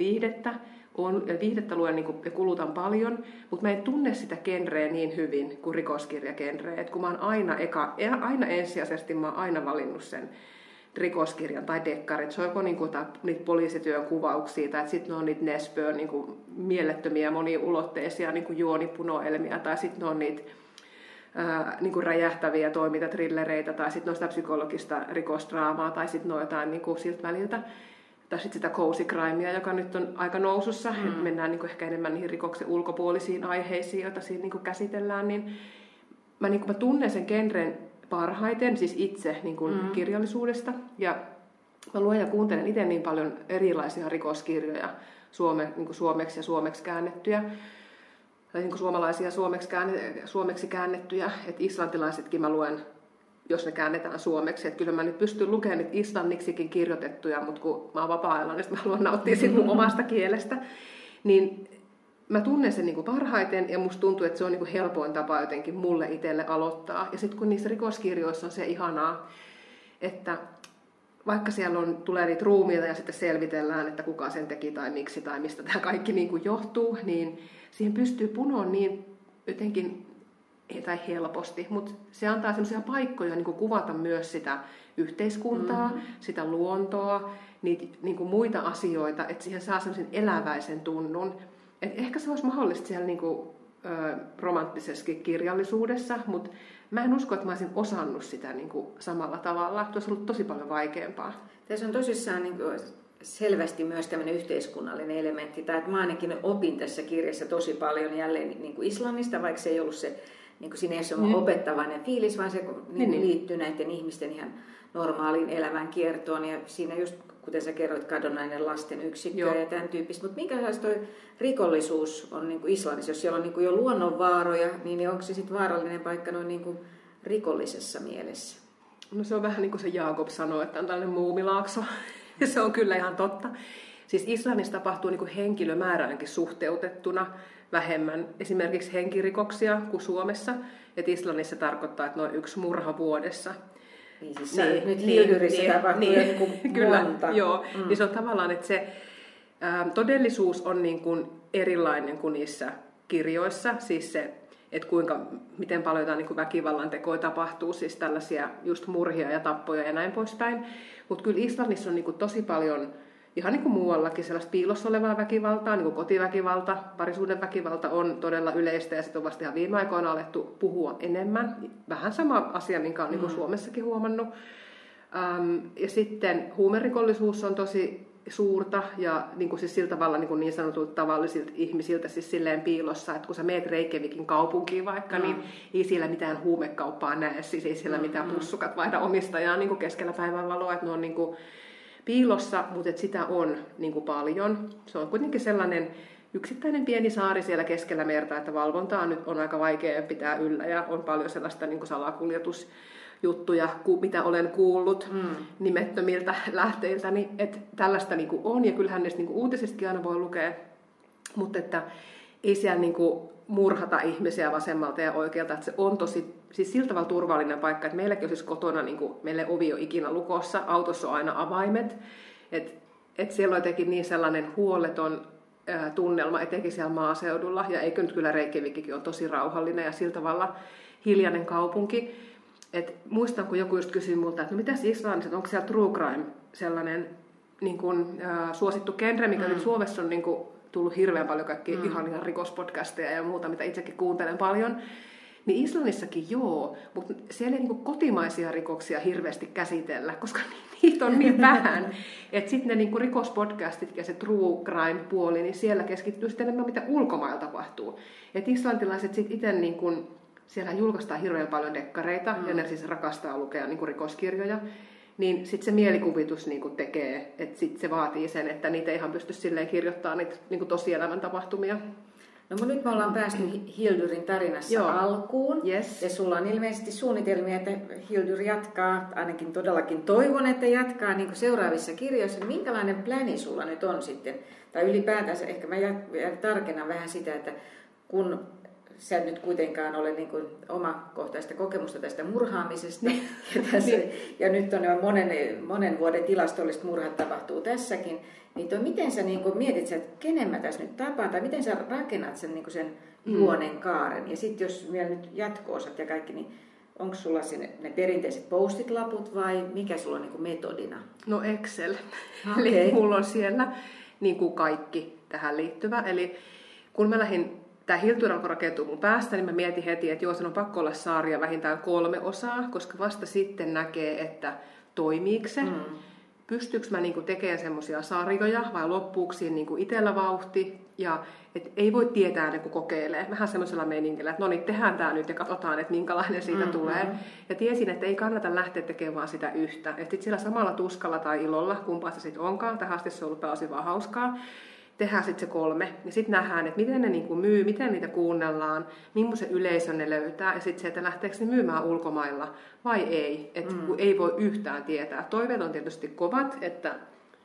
viihdettä luen ja kulutan paljon, mutta mä en tunne sitä genreä niin hyvin kuin rikoskirjagenreä. Et kun mä oon aina ensisijaisesti mä oon aina valinnut sen rikoskirjan tai dekkarit. Se on joko niitä poliisityön kuvauksia tai sitten ne on niitä Nesbøn mielettömiä moniulotteisia juonipunoelmia tai sitten ne on niitä räjähtäviä toimintatrillereitä tai sitten sitä psykologista rikosdraamaa tai sitten jotain siltä väliltä. Tai sitten sitä cozy crimea, joka nyt on aika nousussa. Että mennään ehkä enemmän niihin rikoksen ulkopuolisiin aiheisiin, joita siinä käsitellään. Niin mä tunnen sen genren parhaiten, siis itse kirjallisuudesta. Ja mä luen ja kuuntelen itse niin paljon erilaisia rikoskirjoja suomeksi ja suomeksi käännettyjä. Tai suomalaisia suomeksi käännettyjä, että islantilaisetkin mä luen, jos ne käännetään suomeksi. Että kyllä mä nyt pystyn lukemaan niitä islanniksikin kirjoitettuja, mutta kun mä oon vapaa-ajalla, niin mä haluan nauttia siitä mun omasta kielestä. Niin mä tunnen sen niin kuin parhaiten ja musta tuntuu, että se on niin kuin helpoin tapa jotenkin mulle itselle aloittaa. Ja sitten kun niissä rikoskirjoissa on se ihanaa, että vaikka siellä tulee niitä ruumiita ja sitten selvitellään, että kuka sen teki tai miksi tai mistä tämä kaikki niin kuin johtuu, niin siihen pystyy punoon niin jotenkin, tai helposti, mutta se antaa sellaisia paikkoja niin kuin kuvata myös sitä yhteiskuntaa, sitä luontoa, niitä niin kuin muita asioita, että siihen saa sellaisen eläväisen tunnun. Et ehkä se olisi mahdollista siellä niin kuin, romanttisessakin kirjallisuudessa, mutta mä en usko, että mä olisin osannut sitä niin kuin samalla tavalla. Tuossa on ollut tosi paljon vaikeampaa. Tässä on tosissaan niin kuin selvästi myös tämmöinen yhteiskunnallinen elementti. Tai että mä ainakin opin tässä kirjassa tosi paljon jälleen niin kuin Islannista, vaikka se ei ollut se, niin kuin siinä ei ole opettavainen fiilis, vaan se liittyy näiden ihmisten ihan normaaliin elämän kiertoon. Ja siinä just, kuten sä kerroit, kadonnainen lasten yksikkö ja tämän tyyppistä. Mutta minkälaista toi rikollisuus on niin kuin Islannissa? Jos siellä on niin kuin jo luonnonvaaroja, niin onko se sitten vaarallinen paikka noin niin kuin rikollisessa mielessä? No se on vähän niin kuin se Jaakob sanoi, että on tällainen muumilaakso. Ja se on kyllä ihan totta. Siis Islannissa tapahtuu niin kuin henkilömääräänkin suhteutettuna vähemmän esimerkiksi henkirikoksia kuin Suomessa. Et Islannissa tarkoittaa, että noin 1 murha vuodessa. Niin, siis nyt Hildyrissä tapahtuu kyllä, monta. Joo. Niin se on tavallaan, että se todellisuus on niin kuin erilainen kuin niissä kirjoissa. Siis se, että miten paljon niin kuin väkivallan tekoja tapahtuu, siis tällaisia just murhia ja tappoja ja näin poispäin. Mutta kyllä Islannissa on niin kuin tosi paljon, ihan niin kuin muuallakin, sellaista piilossa olevaa väkivaltaa, niin kuin kotiväkivalta, parisuuden väkivalta on todella yleistä ja sitten on vasta ihan viime aikoina alettu puhua enemmän. Vähän sama asia, minkä on niin kuin Suomessakin huomannut. Ja sitten huumerikollisuus on tosi suurta ja niin kuin siis sillä tavalla niin sanotulta tavallisilta ihmisiltä siis silleen piilossa, että kun sä meet Reykjavikin kaupunkiin vaikka, niin ei siellä mitään huumekauppaa näe, siis ei siellä mitään pussukat vaihda omistajaa niin kuin keskellä päivänvaloa, että ne on niin kuin piilossa, mutta että sitä on niin kuin paljon. Se on kuitenkin sellainen yksittäinen pieni saari siellä keskellä merta, että valvontaa nyt on aika vaikea pitää yllä ja on paljon sellaista niin kuin salakuljetusjuttuja, mitä olen kuullut nimettömiltä lähteiltä, niin että tällaista niin kuin on, ja kyllähän näistä niin kuin uutisissakin aina voi lukea, mutta että ei siellä niin kuin murhata ihmisiä vasemmalta ja oikealta, että se on tosi, siis sillä tavalla turvallinen paikka, että meilläkin on siis kotona, niin kuin, meille ovi on ikinä lukossa, autossa on aina avaimet, että siellä on jotenkin niin sellainen huoleton tunnelma, etenkin siellä maaseudulla, ja eikö nyt kyllä Reykjavikkikin on tosi rauhallinen ja sillä tavalla hiljainen kaupunki. Et muistan, kun joku just kysyi multa, että no mitäs Islannissa, onko siellä true crime sellainen niin kun, suosittu genre, mikä nyt Suomessa on niin kun, tullut hirveän paljon kaikkia ihan rikospodcasteja ja muuta, mitä itsekin kuuntelen paljon. Niin Islannissakin joo, mutta siellä ei niin kuin kotimaisia rikoksia hirveästi käsitellä, koska niitä on niin vähän. Että sitten ne niin kuin rikospodcastit ja se true crime-puoli, niin siellä keskittyy sitten enemmän, mitä ulkomailla tapahtuu. Että islantilaiset sitten itse, niin kuin, siellä julkaistaan hirveän paljon dekkareita, ja ne siis rakastaa lukea niin kuin rikoskirjoja. Niin sitten se mielikuvitus niin kuin tekee, että sit se vaatii sen, että niitä ei ihan pysty silleen kirjoittamaan niitä niin kuin tosielämän tapahtumia. No mutta nyt me ollaan päästy Hildyrin tarinassa alkuun. Yes. Ja sulla on ilmeisesti suunnitelmia, että Hildur jatkaa, ainakin todellakin toivon, että jatkaa niin kuin seuraavissa kirjoissa. Minkälainen pläni sulla nyt on sitten? Tai ylipäätänsä ehkä mä tarkennan vähän sitä, että kun sä nyt kuitenkaan ole niin kuin omakohtaista kokemusta tästä murhaamisesta. Ja nyt on jo monen vuoden tilastolliset murhat tapahtuu tässäkin. Niin miten sä niin kuin mietit, että kenen mä tässä nyt tapaan, tai miten sä rakennat sen, niin kuin sen juonen kaaren. Ja sitten jos vielä nyt jatko-osat ja kaikki, niin onko sulla sinne ne perinteiset post-it-laput vai mikä sulla on niin kuin metodina? No Excel. Okay. Eli mulla on siellä niin kuin kaikki tähän liittyvä. Eli kun mä lähdin tämä Hildur alkoi rakentua mun päästä, niin mä mietin heti, että joo, sen on pakko olla saaria vähintään 3 osaa, koska vasta sitten näkee, että toimiiko se. Pystyykö mä niinku tekemään semmoisia sarjoja vai loppuuko siinä niinku itsellä vauhti. Ja et ei voi tietää ennen kuin kokeilee. Vähän semmoisella meiningillä, että no niin, tehdään tämä nyt ja katsotaan, että minkälainen siitä tulee. Ja tiesin, että ei kannata lähteä tekemään vaan sitä yhtä. Että sitten sillä samalla tuskalla tai ilolla, kumpaa se sitten onkaan, tähän asti se on ollut pääosin vaan hauskaa, tehdään sitten se 3. Ja sitten nähdään, että miten ne niinku myy, miten niitä kuunnellaan, millaisen yleisön ne löytää. Ja sitten se, että lähteekö ne myymään ulkomailla vai ei. Että ei voi yhtään tietää. Toiveet on tietysti kovat, että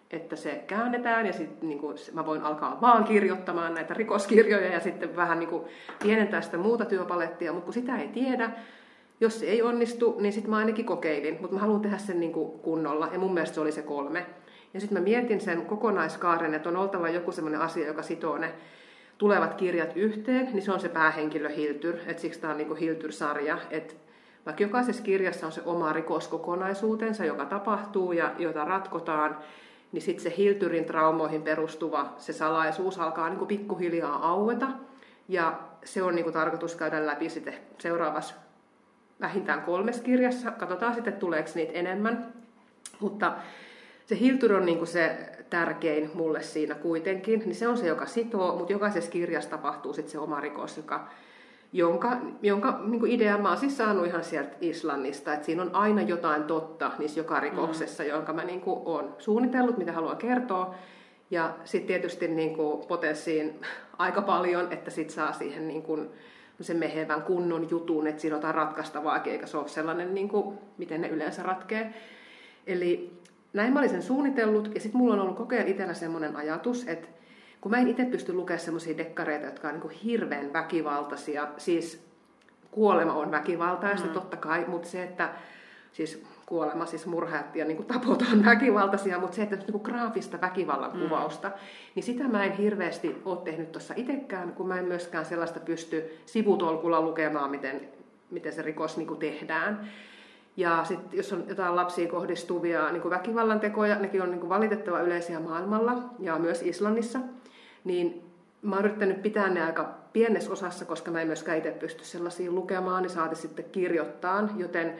että se käännetään ja sitten niin mä voin alkaa vaan kirjoittamaan näitä rikoskirjoja ja sitten vähän niin pienentää sitä muuta työpalettia, mutta kun sitä ei tiedä, jos se ei onnistu, niin sitten mä ainakin kokeilin, mutta mä haluan tehdä sen niin kunnolla ja mun mielestä se oli se 3. Ja sitten mä mietin sen kokonaiskaaren, että on oltava joku semmoinen asia, joka sitoo ne tulevat kirjat yhteen, niin se on se päähenkilö Hiltyr, että siksi tämä on niin Hiltyr-sarja, että vaikka jokaisessa kirjassa on se oma rikoskokonaisuutensa, joka tapahtuu ja jota ratkotaan, niin sitten se Hiltyrin traumoihin perustuva se salaisuus alkaa niin kuin pikkuhiljaa aueta. Ja se on niin kuin tarkoitus käydä läpi sitten seuraavassa vähintään 3 kirjassa. Katsotaan sitten, tuleeko niitä enemmän. Mutta se Hiltyr on niin kuin se tärkein mulle siinä kuitenkin. Niin se on se, joka sitoo, mutta jokaisessa kirjassa tapahtuu sitten se oma rikos, jonka niin kuin idea mä oon siis saanut ihan sieltä Islannista, että siinä on aina jotain totta niissä joka rikoksessa, jonka mä niin kuin oon suunnitellut, mitä haluan kertoa. Ja sitten tietysti niin kuin potenssiin aika paljon, että sit saa siihen niin kuin sen mehevän kunnon jutun, että siinä on jotain ratkaistavaakin, eikä se ole sellainen, niin kuin, miten ne yleensä ratkee. Eli näin mä olin sen suunnitellut, ja sitten mulla on ollut koko ajan itsellä semmoinen ajatus, että kun mä en itse pysty lukemaan semmoisia dekkareita, jotka on niin kuin hirveän väkivaltaisia, siis kuolema on väkivaltaista totta kai, mutta se, että siis kuolema, siis murhat ja niin kuin tapot on väkivaltaisia, mutta se, että niin kuin graafista väkivallan kuvausta, niin sitä mä en hirveästi ole tehnyt tuossa itsekään, kun mä en myöskään sellaista pysty sivutolkulla lukemaan, miten se rikos niin kuin tehdään. Ja sitten jos on jotain lapsiin kohdistuvia niin kuin väkivallan tekoja, nekin on niin kuin valitettavan yleisiä maailmalla ja myös Islannissa, niin mä oon yrittänyt pitää ne aika pienessä osassa, koska mä en myöskään itse pysty sellaisia lukemaan, niin saati sitten kirjoittaa, joten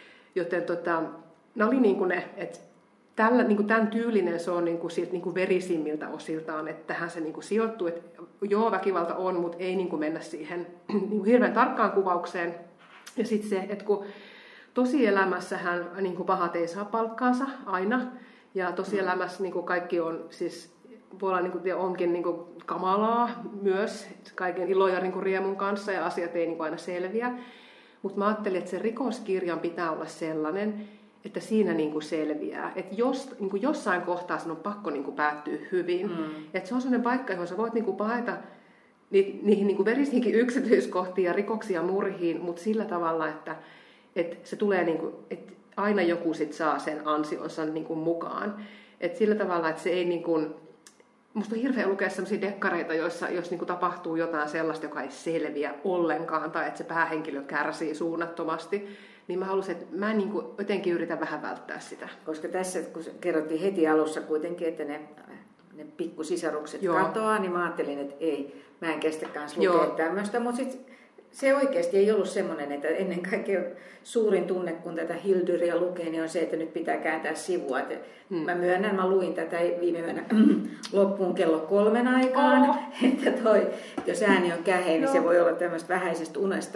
ne oli niin kuin ne, että niin kuin tämän tyylinen se on niin kuin sieltä niin kuin verisimmiltä osiltaan, että tähän se niin kuin sijoittuu, että joo, väkivalta on, mutta ei niin kuin mennä siihen niin kuin hirveän tarkkaan kuvaukseen. Ja sitten se, että kun tosielämässähän niin kuin pahat ei saa palkkaansa aina, ja tosielämässä niin kuin kaikki on siis voi olla, niin kuin, onkin niin kuin kamalaa myös kaiken ilo ja niin kuin riemun kanssa ja asiat ei niin kuin aina selviä. Mutta mä ajattelin, että se rikoskirjan pitää olla sellainen, että siinä niin kuin selviää. Että jos, niin kuin jossain kohtaa sen on pakko niin kuin päättyä hyvin. Että se on sellainen paikka, johon sä voit niin kuin paeta niihin niin kuin verisiinkin yksityiskohtiin ja rikoksia murhiin, mutta sillä tavalla, että se tulee, niin kuin, että aina joku sit saa sen ansionsa niin kuin mukaan. Että sillä tavalla, että se ei niin kuin, musta on hirveä lukea sellaisia dekkareita, joissa jos niin kuin tapahtuu jotain sellaista, joka ei selviä ollenkaan, tai että se päähenkilö kärsii suunnattomasti, niin mä halusin, että mä niin kuin jotenkin yritän vähän välttää sitä. Koska tässä, kun kerrottiin heti alussa kuitenkin, että ne pikkusisarukset katoaa, niin mä ajattelin, että ei, mä en kestä kanssa lukea tämmöistä, mutta sitten se oikeasti ei ollut semmoinen, että ennen kaikkea suurin tunne, kun tätä Hiltyriä lukee, niin on se, että nyt pitää kääntää sivua. Mä myönnän, mä luin tätä viime yönä loppuun kello 3 aikaan, että jos ääni on käheä, niin se voi olla tämmöistä vähäisestä unesta.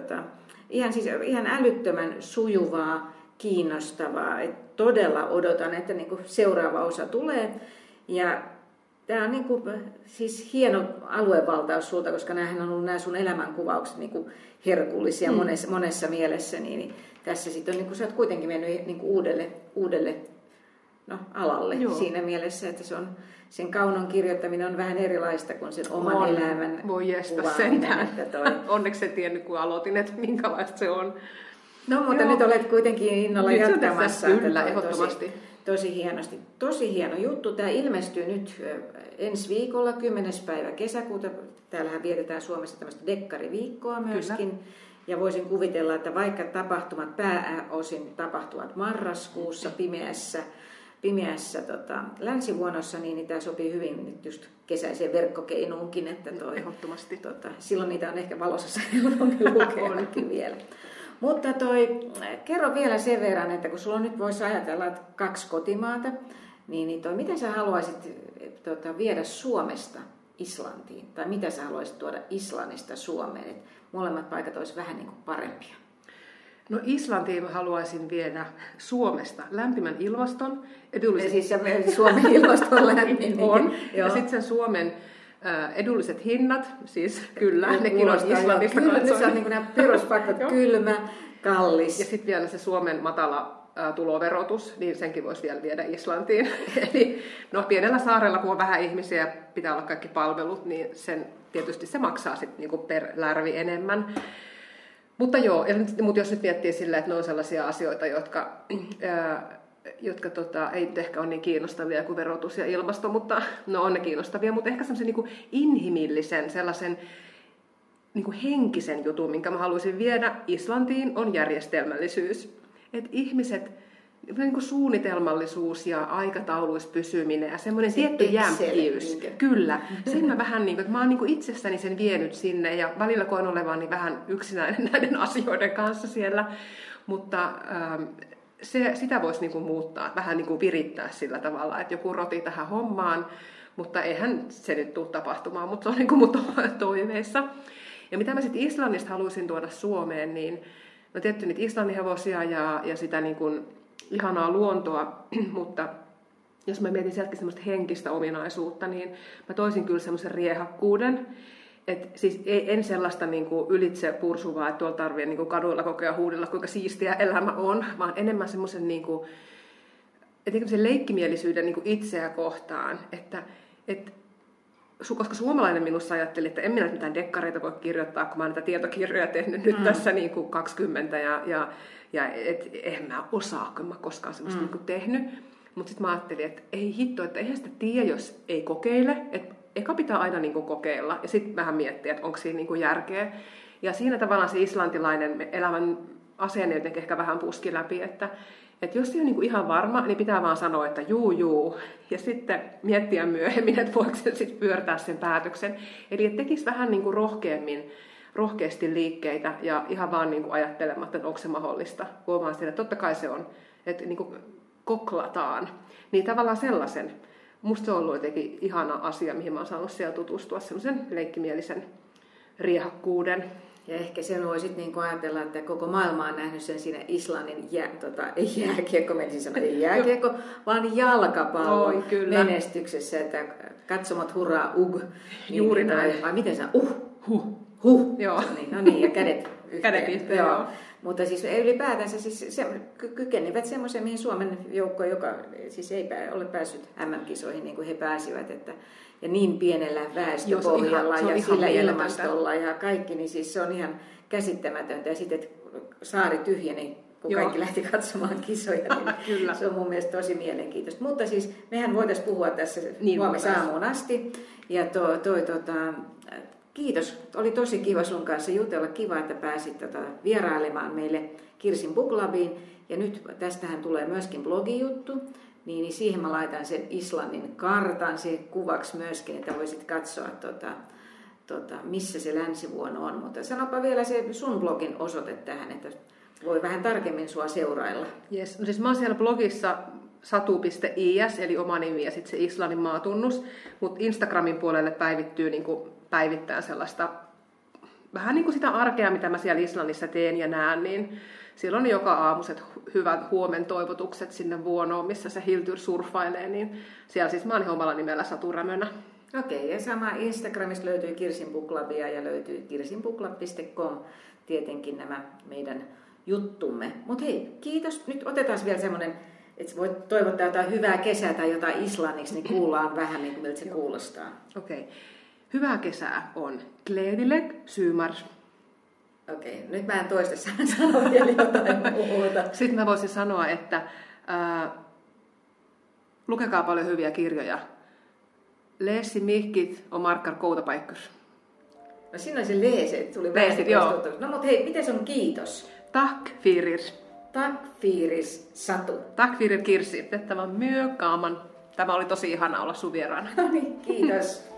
Ihan älyttömän sujuvaa, kiinnostavaa. Et todella odotan, että niinku seuraava osa tulee. Ja tämä on niinku, siis hieno aluevaltaus sulta, koska näähän on ollut nämä sun elämänkuvaukset niinku herkullisia monessa mielessä. Niin tässä sitten on, niinku, sä oot kuitenkin mennyt niinku uudelle alalle siinä mielessä, että se on, sen kaunon kirjoittaminen on vähän erilaista kuin sen oman elämän voi jestä sentään. Onneksi en tiennyt, kun aloitin, että minkälaista se on. No, mutta nyt olet kuitenkin innolla nyt jatkamassa. Kyllä, ehdottomasti. Tosi hienosti. Tosi hieno juttu. Tämä ilmestyy nyt ensi viikolla, 10. päivä kesäkuuta. Täällähän vietetään Suomessa tämmöistä dekkariviikkoa myöskin. Kyllä. Ja voisin kuvitella, että vaikka tapahtumat pääosin tapahtuvat marraskuussa pimeässä länsivuonossa, niin tämä sopii hyvin nyt just kesäiseen verkkokeinuunkin. Että ehdottomasti. Silloin niitä on ehkä valossa lukeellakin vielä. Mutta kerro vielä sen verran, että kun sulla nyt voisi ajatella, että 2 kotimaata, niin miten sä haluaisit viedä Suomesta Islantiin? Tai mitä sä haluaisit tuoda Islannista Suomeen? Että molemmat paikat olisi vähän niin kuin parempia. No Islantiin haluaisin viedä Suomesta lämpimän ilmaston. Siis Suomen ilmaston lämmin. On. Ja sitten sen Suomen edulliset hinnat, siis kyllä, nekin on Islannista katsoen. Kyllä, se on niin kuin nämä peruspaikat, kylmä, kallis. Ja sitten vielä se Suomen matala tuloverotus, niin senkin voisi vielä viedä Islantiin. Eli no, pienellä saarella, kun on vähän ihmisiä, pitää olla kaikki palvelut, niin tietysti se maksaa sit niinku per lärvi enemmän. Mutta joo, mutta jos nyt miettii sillä, että ne on sellaisia asioita, jotka ei ehkä ole niin kiinnostavia kuin verotus ja ilmasto, mutta no on ne kiinnostavia, mutta ehkä semmoisen niinku inhimillisen, sellaisen niinku henkisen jutun, minkä mä haluaisin viedä Islantiin, on järjestelmällisyys. Että ihmiset, niin kuin suunnitelmallisuus ja aikatauluissa pysyminen ja semmoinen tietty jämptiys. Kyllä. Sen mä vähän niin kuin, että mä oon niin kuin itsessäni sen vienyt sinne ja välillä koen olevani vähän yksinäinen näiden asioiden kanssa siellä. Mutta sitä voisi niin kuin muuttaa, vähän niin kuin virittää sillä tavalla, että joku roti tähän hommaan, mutta eihän se nyt tule tapahtumaan, mutta se on niin kuin mun toiveissa. Ja mitä mä sitten Islannista haluaisin tuoda Suomeen, niin no tietty niitä Islannin hevosia ja sitä niin kuin ihanaa luontoa, mutta jos mä mietin sieltäkin semmoista henkistä ominaisuutta, niin mä toisin kyllä semmoisen riehakkuuden. Et siis en sellaista niin kuin ylitse pursuvaa, että tuolla tarvitsee niin kuin kaduilla kokea huudella, kuinka siistiä elämä on, vaan enemmän semmoisen niin kuin, leikkimielisyyden niin kuin itseä kohtaan. Koska suomalainen minussa ajatteli, että en minä mitään dekkareita voi kirjoittaa, kun mä oon näitä tietokirjoja tehnyt nyt tässä niin kuin 20 ja en mä osaa, kun mä koskaan semmoista niin kuin tehnyt. Mutta sitten mä ajattelin, että ei hitto, että eihän sitä tiedä, jos ei kokeile. Että eka pitää aina niin kuin kokeilla ja sitten vähän miettiä, että onko siinä niin kuin järkeä. Ja siinä tavallaan se islantilainen elämän asenne jotenkin ehkä vähän puski läpi, että jos ei ole niin kuin ihan varma, niin pitää vaan sanoa, että juu. Ja sitten miettiä myöhemmin, että voiko se sitten pyörtää sen päätöksen. Eli että tekisi vähän niin kuin rohkeasti liikkeitä ja ihan vaan niin kuin ajattelematta, että onko se mahdollista. Huomaan sitä, että totta kai se on, että niin kuin koklataan. Niin tavallaan sellaisen. Musta se on ollut jotenkin ihana asia, mihin mä oon saanut siellä tutustua, semmoisen leikkimielisen riehakkuuden. Ja ehkä sen voi sitten niinku ajatella, että koko maailma on nähnyt sen siinä Islannin ei jääkiekko, menisin sanoa, ei jääkiekko, vaan jalkapallon menestyksessä, että katsomot hurraa Juuri näin. Vai miten se on? Joo. No niin, ja kädet yhteen. Joo. Mutta siis ylipäätänsä siis kykenivät semmoisen, mihin Suomen joukko, joka siis ei ole päässyt MM-kisoihin niin kuin he pääsivät, ja niin pienellä väestöpohjalla ja sillä ilmastolla ja kaikki, niin siis se on ihan käsittämätöntä. Ja sitten, että saari tyhjeni, kun kaikki lähti katsomaan kisoja, niin se on mun mielestä tosi mielenkiintoista. Mutta siis mehän voitaisiin puhua tässä huomisaamuun asti. Ja kiitos. Oli tosi kiva sun kanssa jutella. Kiva, että pääsit vierailemaan meille Kirsin Book Clubiin. Ja nyt tästähän tulee myöskin blogijuttu. Niin siihen mä laitan sen Islannin kartan siihen kuvaksi myöskin, että voisit katsoa, missä se länsivuono on. Mutta sanopa vielä se sun blogin osoite tähän, että voi vähän tarkemmin sua seurailla. Yes. No siis mä oon siellä blogissa satu.is, eli oma nimi ja sitten se Islannin maatunnus. Mutta Instagramin puolelle päivittyy päivittäin sellaista vähän niin kuin sitä arkea, mitä mä siellä Islannissa teen ja näen, niin siellä on joka aamuiset hyvät huomen toivotukset sinne vuonoon, missä se Hildur surffailee, niin siellä siis mä oon omalla nimellä Satu Rämönä. Okei, ja sama Instagramista löytyy Kirsin Book Clubia ja löytyy kirsinbooklab.com tietenkin nämä meidän juttumme. Mutta hei, kiitos. Nyt otetaan vielä semmoinen, että voit toivottaa jotain hyvää kesää tai jotain islanniksi, niin kuullaan vähän niin kuin miltä se kuulostaa. Okei. Hyvää kesää on glädjelig sommar. Okei, nyt mä en toista sanoa vielä jotain muuta. Sitten mä voisin sanoa, että lukekaa paljon hyviä kirjoja. Leesi mihkit on markkar koutapaikkus. No siinä on se leese, että tuli Leesit, joo. No mutta hei, miten se on kiitos? Tack firir. Tack firis Satu. Tack firir Kirsi. Tämä on myö kaaman. Tämä oli tosi ihana olla sun vieraana. No niin, kiitos.